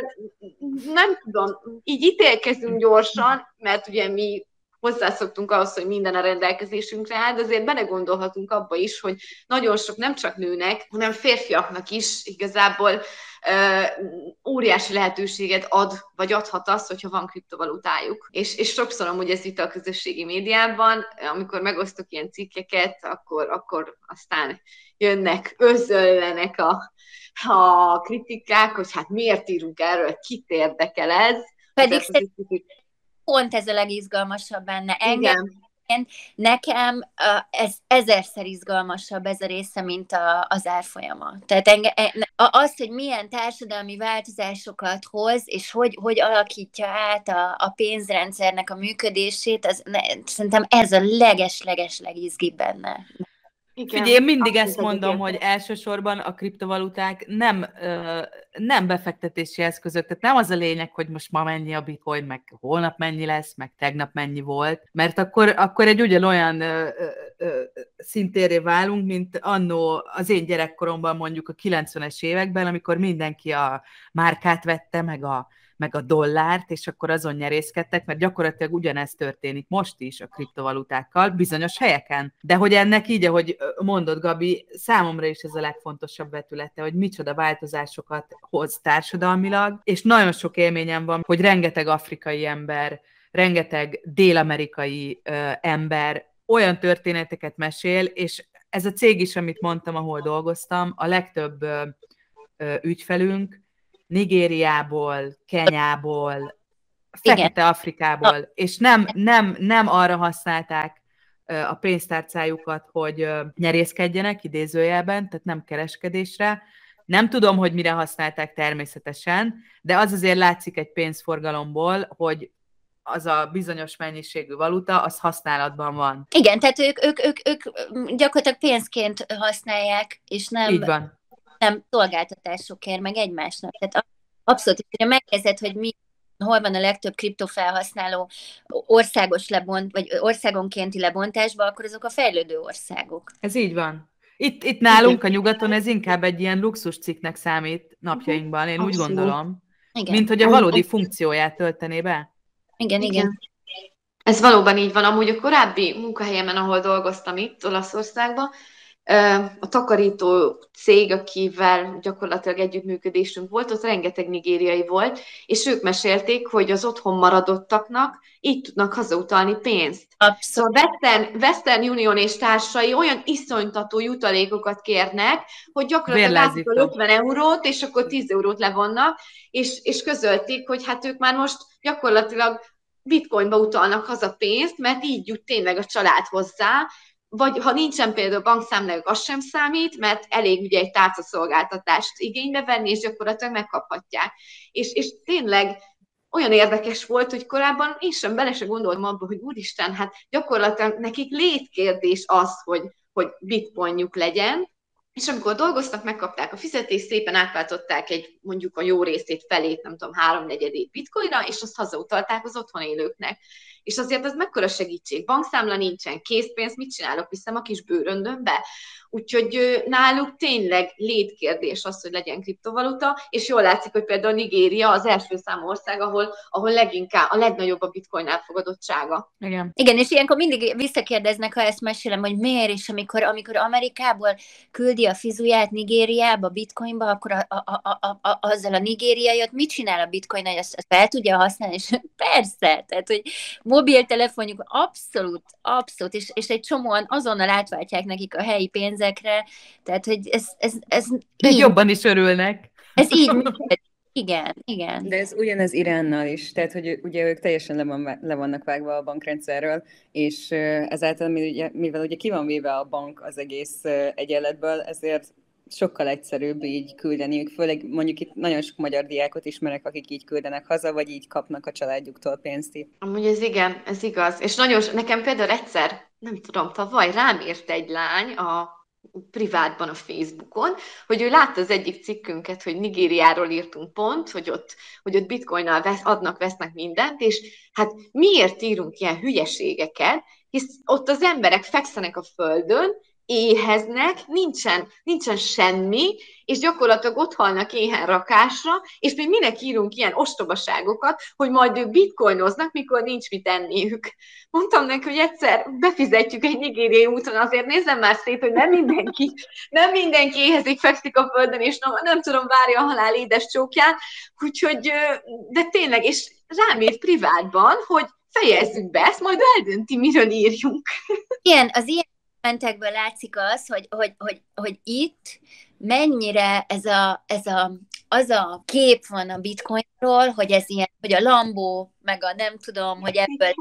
Nem tudom, így ítélkezünk gyorsan, mert ugye mi hozzászoktunk ahhoz, hogy minden a rendelkezésünkre áll, de azért belegondolhatunk abba is, hogy nagyon sok nem csak nőnek, hanem férfiaknak is igazából uh, óriási lehetőséget ad, vagy adhat az, hogyha van kriptovalutájuk. És, és sokszor amúgy ez itt a közösségi médiában, amikor megosztok ilyen cikkeket, akkor, akkor aztán jönnek, özöllenek a, a kritikák, hogy hát miért írunk erről, kit érdekel ez. Pedig pont ez a legizgalmasabb benne. Engem, nekem uh, ez ezerszer izgalmasabb ez a része, mint a, az árfolyama. Tehát engem, az, hogy milyen társadalmi változásokat hoz, és hogy, hogy alakítja át a, a pénzrendszernek a működését, az, ne, szerintem ez a leges-leges legizgibb benne. Igen, figyelj, én mindig ezt mondom, hogy elsősorban a kriptovaluták nem, ö, nem befektetési eszközök, tehát nem az a lényeg, hogy most ma mennyi a bitcoin, meg holnap mennyi lesz, meg tegnap mennyi volt, mert akkor, akkor egy ugyanolyan ö, ö, szintérré válunk, mint annó az én gyerekkoromban mondjuk a kilencvenes években, amikor mindenki a márkát vette, meg a meg a dollárt, és akkor azon nyerészkedtek, mert gyakorlatilag ugyanezt történik most is a kriptovalutákkal, bizonyos helyeken. De hogy ennek így, ahogy mondod, Gabi, számomra is ez a legfontosabb vetülete, hogy micsoda változásokat hoz társadalmilag, és nagyon sok élményem van, hogy rengeteg afrikai ember, rengeteg dél-amerikai ö, ember olyan történeteket mesél, és ez a cég is, amit mondtam, ahol dolgoztam, a legtöbb ö, ö, ügyfelünk Nigériából, Kenyából, Fekete Afrikából, és nem, nem, nem arra használták a pénztárcájukat, hogy nyerészkedjenek idézőjelben, tehát nem kereskedésre. Nem tudom, hogy mire használták természetesen, de az azért látszik egy pénzforgalomból, hogy az a bizonyos mennyiségű valuta, az használatban van. Igen, tehát ők, ők, ők, ők gyakorlatilag pénzként használják, és nem... Így van. nem szolgáltatásokért, meg egymásnak. Tehát abszolút, hogyha megkezded, hogy mi, hol van a legtöbb kriptofelhasználó országos lebont, vagy országonkénti lebontásban, akkor azok a fejlődő országok. Ez így van. Itt, itt nálunk a nyugaton ez inkább egy ilyen luxuscikknek számít napjainkban, én Abszolút. úgy gondolom. Igen. Mint hogy a valódi funkcióját töltené be. Igen, igen. igen. Ez valóban így van. Amúgy a korábbi munkahelyemen, ahol dolgoztam itt, Olaszországban, a takarító cég, akivel gyakorlatilag együttműködésünk volt, ott rengeteg nigériai volt, és ők mesélték, hogy az otthon maradottaknak így tudnak hazautalni pénzt. Abszolút. Szóval Western, Western Union és társai olyan iszonytató jutalékokat kérnek, hogy gyakorlatilag átadnak ötven eurót, és akkor tíz eurót levonnak, és, és közölték, hogy hát ők már most gyakorlatilag bitcoinba utalnak haza pénzt, mert így jut tényleg a család hozzá, vagy ha nincsen például bankszámlájuk, az sem számít, mert elég ugye egy tárcaszolgáltatást igénybe venni, és gyakorlatilag megkaphatják. És, és tényleg olyan érdekes volt, hogy korábban én sem bele se gondoltam abba, hogy úristen, hát gyakorlatilag nekik létkérdés az, hogy, hogy bitcoinjuk legyen, és amikor dolgoztak, megkapták a fizetést, szépen átváltották egy, mondjuk a jó részét felét, nem tudom, háromnegyedét bitcoinra, és azt hazautalták az otthon élőknek. És azért ez mekkora segítség. Bankszámla nincsen, készpénz, mit csinálok? Viszem a kis bőröndömbe? Úgyhogy náluk tényleg létkérdés az, hogy legyen kriptovaluta, és jól látszik, hogy például Nigéria az első számú ország, ahol, ahol leginkább a legnagyobb a bitcoin elfogadottsága. Igen. Igen, és ilyenkor mindig visszakérdeznek, ha ezt mesélem, hogy miért, és amikor, amikor Amerikából küldi a fizuját Nigériába, bitcoinba, akkor a, a, a, a, a, azzal a nigériai ott mit csinál a bitcoin, hogy azt, azt fel tudja használni, és persze, tehát, hogy mobiltelefonjuk abszolút, abszolút, és, és egy csomóan azonnal átváltják nekik a helyi pénzekre, tehát, hogy ez, ez, ez így, jobban is örülnek. Ez így működik. Igen, igen. De ez ugyanez Iránnal is, tehát, hogy ugye ők teljesen le, van, le vannak vágva a bankrendszerről, és ezáltal, mivel ugye ki van véve a bank az egész egyenletből, ezért sokkal egyszerűbb így küldeniük, főleg mondjuk itt nagyon sok magyar diákot ismerek, akik így küldenek haza, vagy így kapnak a családjuktól pénzt itt. Amúgy ez igen, ez igaz. És nagyon, nekem például egyszer, nem tudom, tavaly rám írt egy lány a privátban a Facebookon, hogy ő látta az egyik cikkünket, hogy Nigériáról írtunk pont, hogy ott, hogy ott bitcoinnal vesz, adnak, vesznek mindent, és hát miért írunk ilyen hülyeségeket, hisz ott az emberek fekszenek a földön, éheznek, nincsen, nincsen semmi, és gyakorlatilag ott halnak éhen rakásra, és még minek írunk ilyen ostobaságokat, hogy majd ők bitcoinoznak, mikor nincs mit enniük. Mondtam neki, hogy egyszer befizetjük egy nigériai úton, azért nézzem már szét, hogy nem mindenki, nem mindenki éhezik, fekszik a földön, és nem, nem tudom, várja a halál édes csókján, úgyhogy, de tényleg, és rám írt privátban, hogy fejezzük be ezt, majd eldönti, miről írjunk. Igen, az ilyen mentekből látszik az, hogy, hogy, hogy, hogy itt mennyire ez a, ez a, az a kép van a bitcoinról, hogy ez ilyen, hogy a Lambó, meg a nem tudom, hogy ebből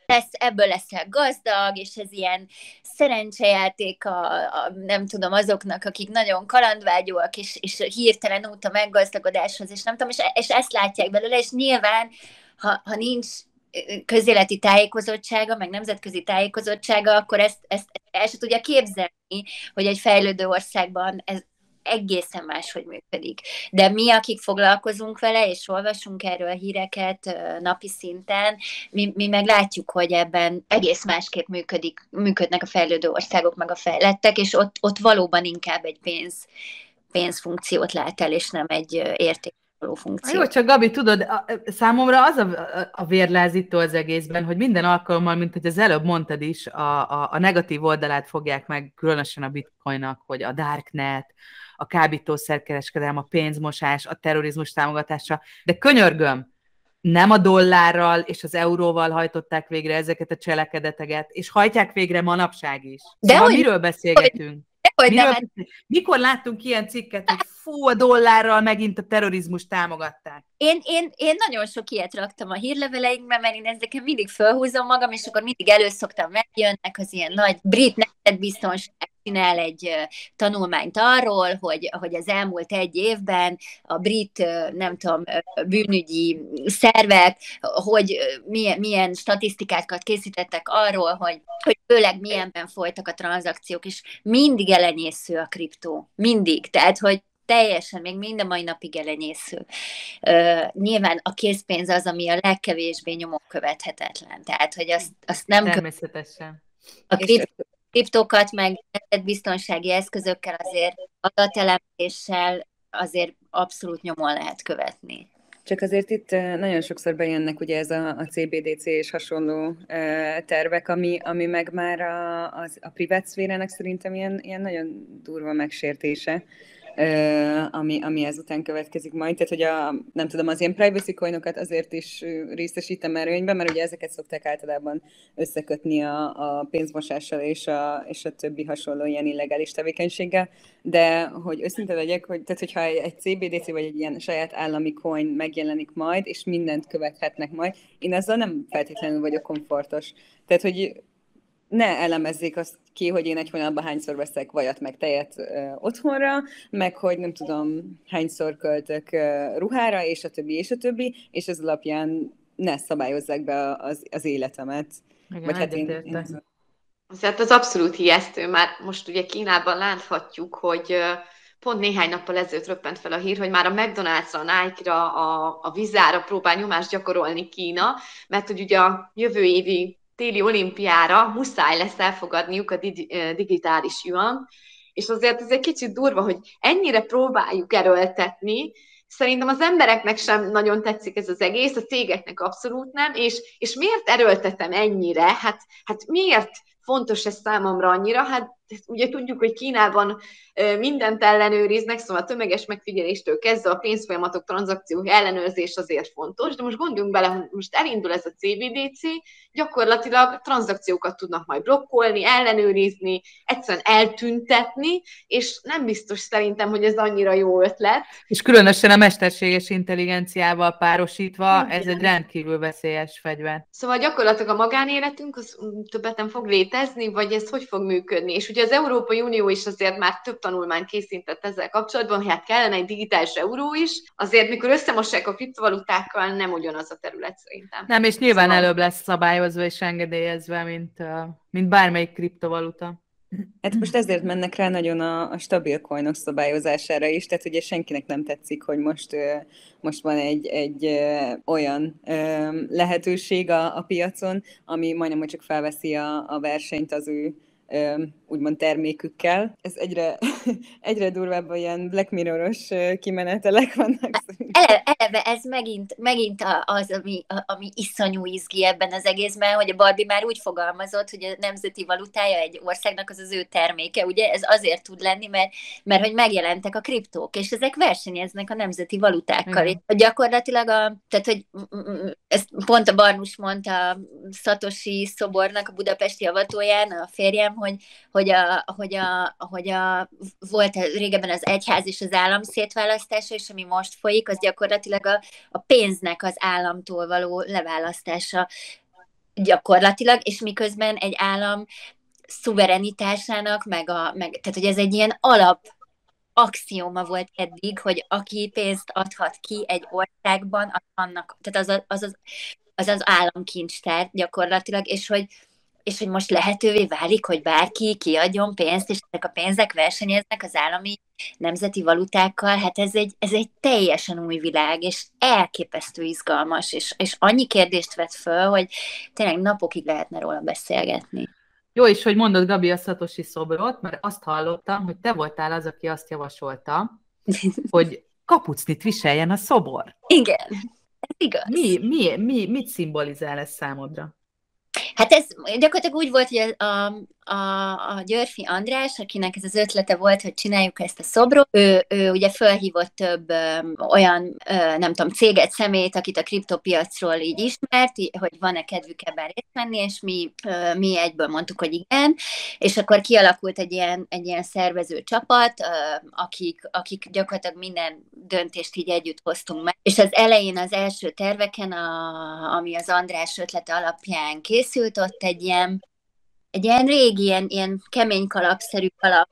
lesz, ebből leszel gazdag, és ez ilyen szerencsejáték a, a, nem tudom, azoknak, akik nagyon kalandvágyúak, és, és hirtelen út a meggazdagodáshoz, és nem tudom, és, és ezt látják belőle, és nyilván, ha, ha nincs közéleti tájékozottsága, meg nemzetközi tájékozottsága, akkor ezt, ezt el sem tudja képzelni, hogy egy fejlődő országban ez egészen máshogy működik. De mi, akik foglalkozunk vele, és olvasunk erről híreket napi szinten, mi, mi meg látjuk, hogy ebben egész másképp működik, működnek a fejlődő országok, meg a fejlettek, és ott, ott valóban inkább egy pénz, pénzfunkciót lát el, és nem egy érték. Jó, csak Gabi, tudod, a, számomra az a, a vérlázító az egészben, hogy minden alkalommal, mint hogy az előbb mondtad is, a, a, a negatív oldalát fogják meg, különösen a bitcoinnak, hogy a darknet, a kábítószerkereskedelem, a pénzmosás, a terrorizmus támogatása, de könyörgöm, nem a dollárral és az euróval hajtották végre ezeket a cselekedeteket, és hajtják végre manapság is. De szóval hogy, miről beszélgetünk? Hogy Miről, nem, mikor láttunk ilyen cikket, hogy fú, a dollárral megint a terrorizmus támogatták? Én, én, én nagyon sok ilyet raktam a hírleveleinkben, mert én ezeket mindig felhúzom magam, és akkor mindig előszoktam megjönnek az ilyen nagy brit nemzetbiztonság csinál egy tanulmányt arról, hogy, hogy az elmúlt egy évben a brit, nem tudom, bűnügyi szervek, hogy milyen, milyen statisztikákat készítettek arról, hogy, hogy főleg milyenben folytak a tranzakciók, és mindig elenyésző a kriptó. Mindig. Tehát, hogy teljesen, még mind a mai napig elenyésző. Uh, nyilván a készpénz az, ami a legkevésbé nyomon követhetetlen. Tehát, hogy azt, azt nem... Természetesen. A kriptó kriptókat, meg biztonsági eszközökkel azért adatelemzéssel azért abszolút nyomon lehet követni. Csak azért itt nagyon sokszor bejönnek ugye ez a, a cé bé dé cé és hasonló uh, tervek, ami, ami meg már a, a, a privát szférának szerintem ilyen, ilyen nagyon durva megsértése. Uh, ami, ami ezután következik majd. Tehát, hogy a, nem tudom, az ilyen privacy coinokat azért is részesítem előnyben, mert ugye ezeket szokták általában összekötni a, a pénzmosással és a, és a többi hasonló ilyen illegális tevékenységgel, de hogy őszinte legyek, hogy, tehát, hogyha egy cé bé dé cé vagy egy ilyen saját állami coin megjelenik majd, és mindent követhetnek majd, én azzal nem feltétlenül vagyok komfortos. Tehát, hogy ne elemezzék azt ki, hogy én egy hónapban hányszor veszek vajat meg tejet ö, otthonra, meg hogy nem tudom, hányszor költök ö, ruhára, és a többi, és a többi, és ez alapján ne szabályozzák be az, az életemet. Igen, vagy hát én, én ez... Hát az abszolút ijesztő, már most ugye Kínában láthatjuk, hogy pont néhány nappal ezelőtt röppent fel a hír, hogy már a McDonald's-ra, a Nike-ra, a, a Vizára próbál nyomást gyakorolni Kína, mert hogy ugye a jövő évi téli olimpiára muszáj lesz elfogadniuk a digitális yuan, és azért ez egy kicsit durva, hogy ennyire próbáljuk erőltetni, szerintem az embereknek sem nagyon tetszik ez az egész, a cégeknek abszolút nem, és, és miért erőltetem ennyire? Hát, hát miért fontos ez számomra annyira? Hát ugye tudjuk, hogy Kínában mindent ellenőriznek, szóval a tömeges megfigyeléstől kezdve a pénzfolyamatok, tranzakciók ellenőrzés azért fontos, de most gondoljunk bele, hogy most elindul ez a cé bé dé cé, gyakorlatilag tranzakciókat tudnak majd blokkolni, ellenőrizni, egyszerűen eltüntetni, és nem biztos szerintem, hogy ez annyira jó ötlet. És különösen a mesterséges intelligenciával párosítva, ez egy rendkívül veszélyes fegyver. Szóval gyakorlatilag a magánéletünk az többet nem fog létezni, vagy ez hogy fog működni? És ugye az Európai Unió is azért már több tanulmányt készített ezzel kapcsolatban, hogy hát kellene egy digitális euró is, azért mikor összemossák a kriptovalutákkal, nem ugyanaz a terület szerintem. Nem, és nyilván szóval... előbb lesz szabályozva és engedélyezve, mint, mint bármelyik kriptovaluta. Hát most ezért mennek rá nagyon a, a stabil coinok szabályozására is, tehát ugye senkinek nem tetszik, hogy most, most van egy, egy olyan lehetőség a, a piacon, ami majdnem, hogy csak felveszi a, a versenyt az ő úgymond termékükkel. Ez egyre, egyre durvább, ilyen Black Mirror-os kimenetelek vannak. Eleve, eleve ez megint, megint az, ami, ami iszonyú izgi ebben az egészben, hogy a Barbie már úgy fogalmazott, hogy a nemzeti valutája egy országnak az az ő terméke, ugye ez azért tud lenni, mert, mert hogy megjelentek a kriptók, és ezek versenyeznek a nemzeti valutákkal. És gyakorlatilag, a, tehát hogy ezt pont a Barnus mondta a Szatosi szobornak, a budapesti avatóján, a férjem, hogy, hogy, a, hogy, a, hogy a, volt régebben az egyház és az állam szétválasztása, és ami most folyik, az gyakorlatilag a, a pénznek az államtól való leválasztása. gyakorlatilag, és miközben egy állam szuverenitásának, meg, a, meg tehát hogy ez egy ilyen alap axióma volt eddig, hogy aki pénzt adhat ki egy országban, az annak, tehát az az, az, az, az államkincstár gyakorlatilag, és hogy, és hogy most lehetővé válik, hogy bárki kiadjon pénzt, és ezek a pénzek versenyeznek az állami nemzeti valutákkal, hát ez egy, ez egy teljesen új világ, és elképesztő izgalmas, és, és annyi kérdést vet föl, hogy tényleg napokig lehetne róla beszélgetni. Jó is, hogy mondod, Gabi, a Szatosi szobrot, mert azt hallottam, hogy te voltál az, aki azt javasolta, hogy kapucnit viseljen a szobor. Igen, ez igaz. Mi, mi, mi, mit szimbolizál ez számodra? Hát ez gyakorlatilag úgy volt, hogy a, a, a Györfi András, akinek ez az ötlete volt, hogy csináljuk ezt a szobrot, ő, ő ugye felhívott több ö, olyan, ö, nem tudom, céget, szemét, akit a kriptopiacról így ismert, hogy van-e kedvük ebben részt venni, és mi, ö, mi egyből mondtuk, hogy igen, és akkor kialakult egy ilyen, egy ilyen szervező csapat, ö, akik, akik gyakorlatilag minden döntést így együtt hoztunk meg, és az elején az első terveken, a, ami az András ötlete alapján készült, ott egy ilyen egy ilyen régi, ilyen, ilyen kemény kalapszerű kalap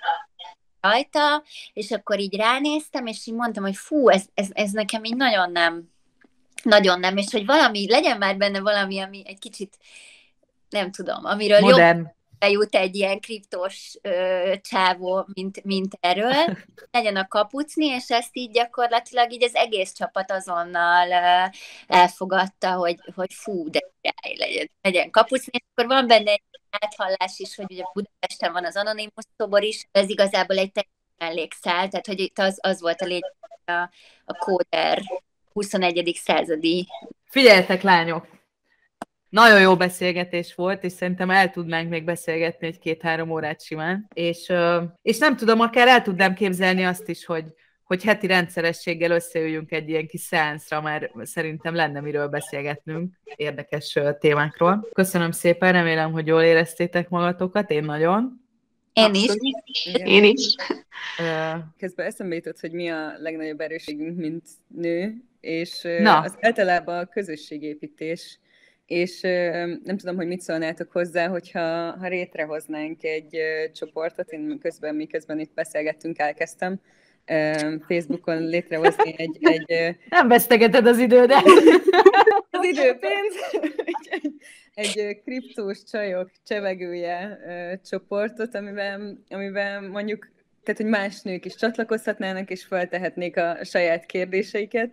rajta, és akkor így ránéztem, és így mondtam, hogy fú, ez, ez, ez nekem így nagyon nem, nagyon nem, és hogy valami, legyen már benne valami, ami egy kicsit, nem tudom, amiről modern. Jobb bejut egy ilyen kriptos ö, csávó, mint, mint erről, legyen a kapucni, és ezt így gyakorlatilag így az egész csapat azonnal ö, elfogadta, hogy, hogy fú, de legyen, legyen kapucni, és akkor van benne egy áthallás is, hogy ugye Budapesten van az Anonimus szobor is, ez igazából egy teljesen mellékszál, tehát hogy itt az, az volt a lényeg, a, a kóder huszonegyedik századi. Figyeljetek, lányok! Nagyon jó beszélgetés volt, és szerintem el tudnánk még beszélgetni egy két-három órát simán, és, és nem tudom, akár el tudnám képzelni azt is, hogy, hogy heti rendszerességgel összeüljünk egy ilyen kis szeánszra, mert szerintem lenne miről beszélgetnünk érdekes témákról. Köszönöm szépen, remélem, hogy jól éreztétek magatokat, én nagyon. Én is. Igen. Én is. Közben eszembe jutott, hogy mi a legnagyobb erősségünk, mint nő, és Na. az általában a közösségépítés, és nem tudom, hogy mit szólnátok hozzá, hogyha ha létrehoznánk egy csoportot, én közben, miközben itt beszélgettünk, elkezdtem Facebookon létrehozni egy... egy nem vesztegeted az idődet! az időpénz! egy, egy kriptós csajok csevegője csoportot, amiben, amiben mondjuk, tehát, hogy más nők is csatlakozhatnának, és feltehetnék a saját kérdéseiket,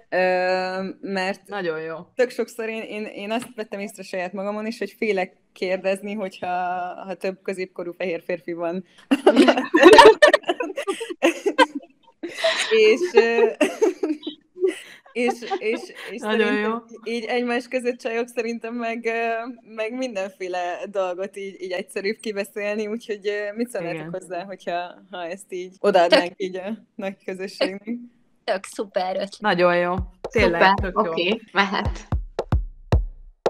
mert nagyon jó. Tök sokszor én, én, én azt vettem észre saját magamon is, hogy félek kérdezni, hogyha ha több középkorú fehér férfi van. és, és, és, és szerintem így egymás között csajok szerintem meg, meg mindenféle dolgot így, így egyszerűbb kibeszélni, úgyhogy mit szólnátok hozzá, hogyha ha ezt így odaadnánk így a nagy közösségnek? Tök szuper ötlet. Nagyon jó. Tényleg, szuper, tök jó. Oké, okay, mehet.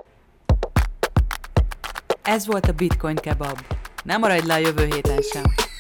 Ez volt a Bitcoin Kebab. Ne maradj le a jövő héten sem.